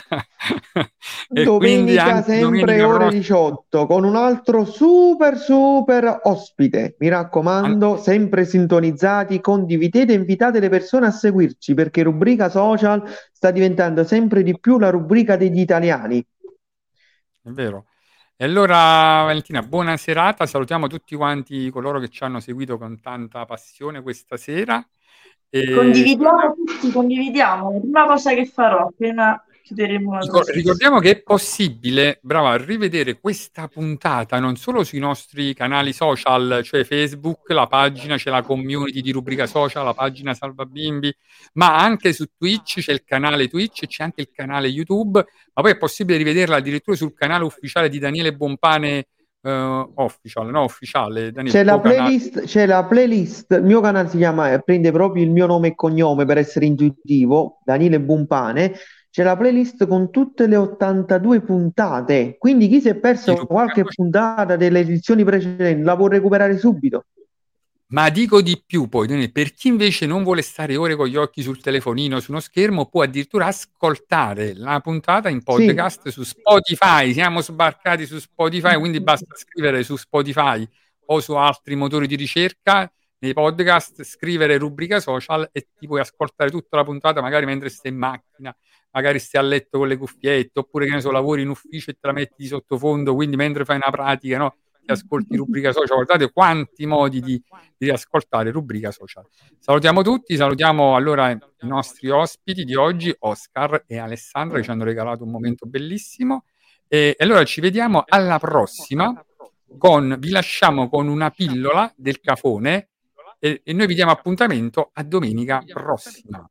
E quindi Domenica anche sempre domenica ore prossima, diciotto con un altro super super ospite. Mi raccomando, sempre sintonizzati, condividete e invitate le persone a seguirci perché rubrica social sta diventando sempre di più la rubrica degli italiani. è vero. E allora Valentina, buona serata, salutiamo tutti quanti coloro che ci hanno seguito con tanta passione questa sera. E Condividiamo tutti, condividiamo. La prima cosa che farò appena chiuderemo la Ricor- trasmissione. ricordiamo che è possibile, brava, rivedere questa puntata non solo sui nostri canali social, cioè Facebook, la pagina, c'è la community di Rubrica Social, la pagina Salva Bimbi, ma anche su Twitch, c'è il canale Twitch, c'è anche il canale YouTube, ma poi è possibile rivederla addirittura sul canale ufficiale di Daniele Bompane, eh, official, no, ufficiale, Daniele, C'è la tuo canale. playlist, c'è la playlist, il mio canale si chiama, eh, prende proprio il mio nome e cognome per essere intuitivo, Daniele Bumpane. C'è la playlist con tutte le ottantadue puntate, quindi chi si è perso qualche puntata delle edizioni precedenti la può recuperare subito. Ma dico di più poi, Daniele, per chi invece non vuole stare ore con gli occhi sul telefonino, su uno schermo, può addirittura ascoltare la puntata in podcast su Spotify. Siamo sbarcati su Spotify, quindi basta scrivere su Spotify o su altri motori di ricerca nei podcast, scrivere rubrica social e ti puoi ascoltare tutta la puntata magari mentre stai in macchina, magari stai a letto con le cuffiette, oppure che ne so, lavori in ufficio e te la metti di sottofondo, quindi mentre fai una pratica, no? Ti ascolti rubrica social. Guardate quanti modi di, di ascoltare rubrica social. Salutiamo tutti, salutiamo allora i nostri ospiti di oggi, Oscar e Alessandra, che ci hanno regalato un momento bellissimo. E, e allora ci vediamo alla prossima. Con, vi lasciamo con una pillola del Cafone e, e noi vi diamo appuntamento a domenica prossima.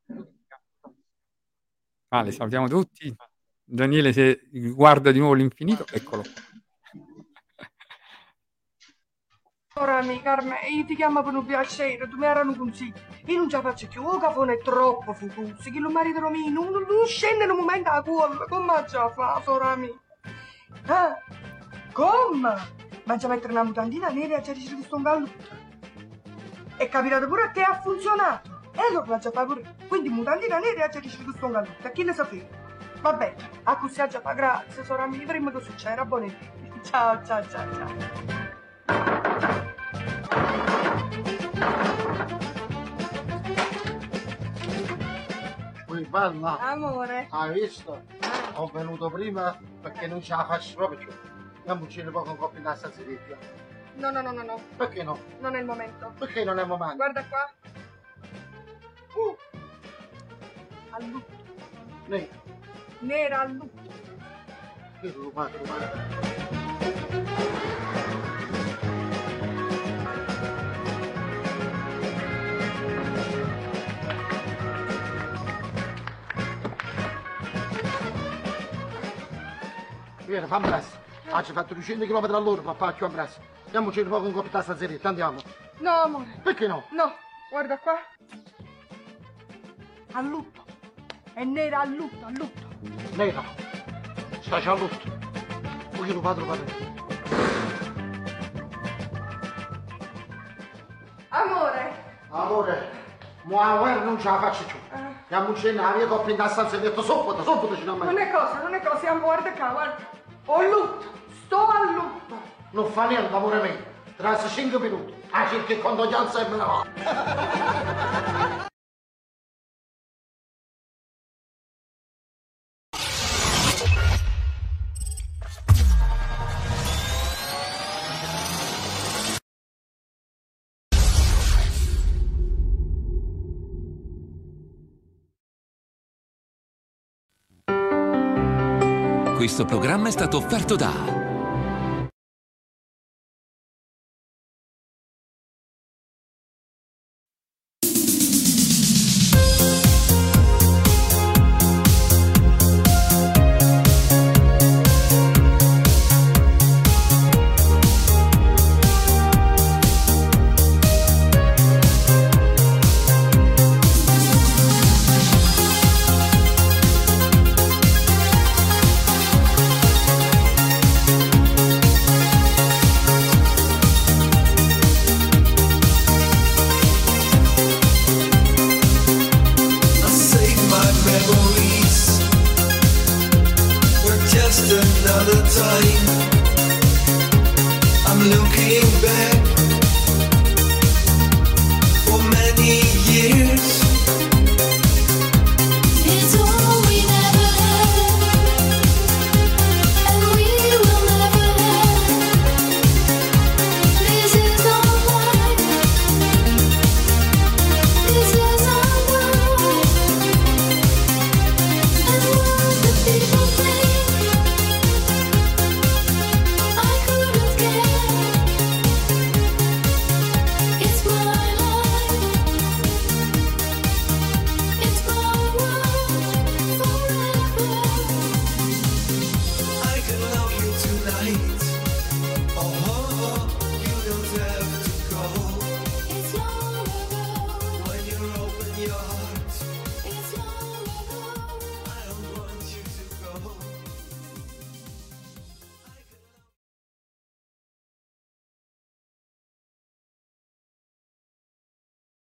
Vale, salutiamo tutti. Daniele, se guarda di nuovo l'infinito, eccolo. Ora amica, io ti chiamo per un piacere, tu mi hai un consiglio. Io non ce la faccio più, il Cafone è troppo futuso, che lo marito mio non, non, non scende in un momento a cuore, come ce la fa, sora mia? Eh? Come? Ma già mettere una mutantina nera e già riuscito questo gallo? È capitato pure a te, ha funzionato. E allora la già fa pure. Quindi mutantina nera e già riuscito questo gallo. A chi ne sapeva? Vabbè, a così già fa grazie, sora mia, vedremo che succede, buone. Ciao, ciao, ciao, ciao. Poi balla. Amore. Hai visto? Ho venuto prima perché non ce la faccio proprio più. Andiamo un po' con coppia in stanza di via. No, no, no, no, no. Perché no? Non è il momento. Perché non è il momento? Guarda qua. Uh. Al lutto. Nera. Nera al lutto. Che rubato, rubato. Vieni, fammi presto. Ah, ci hai fatto duecento chilometri all'ora, papà, più a braccio. Andiamoci un po' con coppia sta zeretta, andiamo. No, amore. Perché no? No, guarda qua. A lutto. È nera a lutto, a lutto. Nera. Stai a lutto. Poi che rubato, rubato. Amore. Amore, ma guarda, non ce la faccio più. Andiamoci nella mia coppia in stanza e detto subito, subito ci andiamo. Non è cosa, non è cosa, amo, guarda qua, guarda. Ho lutto, sto a lutto. Non fa niente, amore mio. Tra cinque minuti. Ah, cerchi condoglianza e me ne va. Questo programma è stato offerto da time. I'm looking back.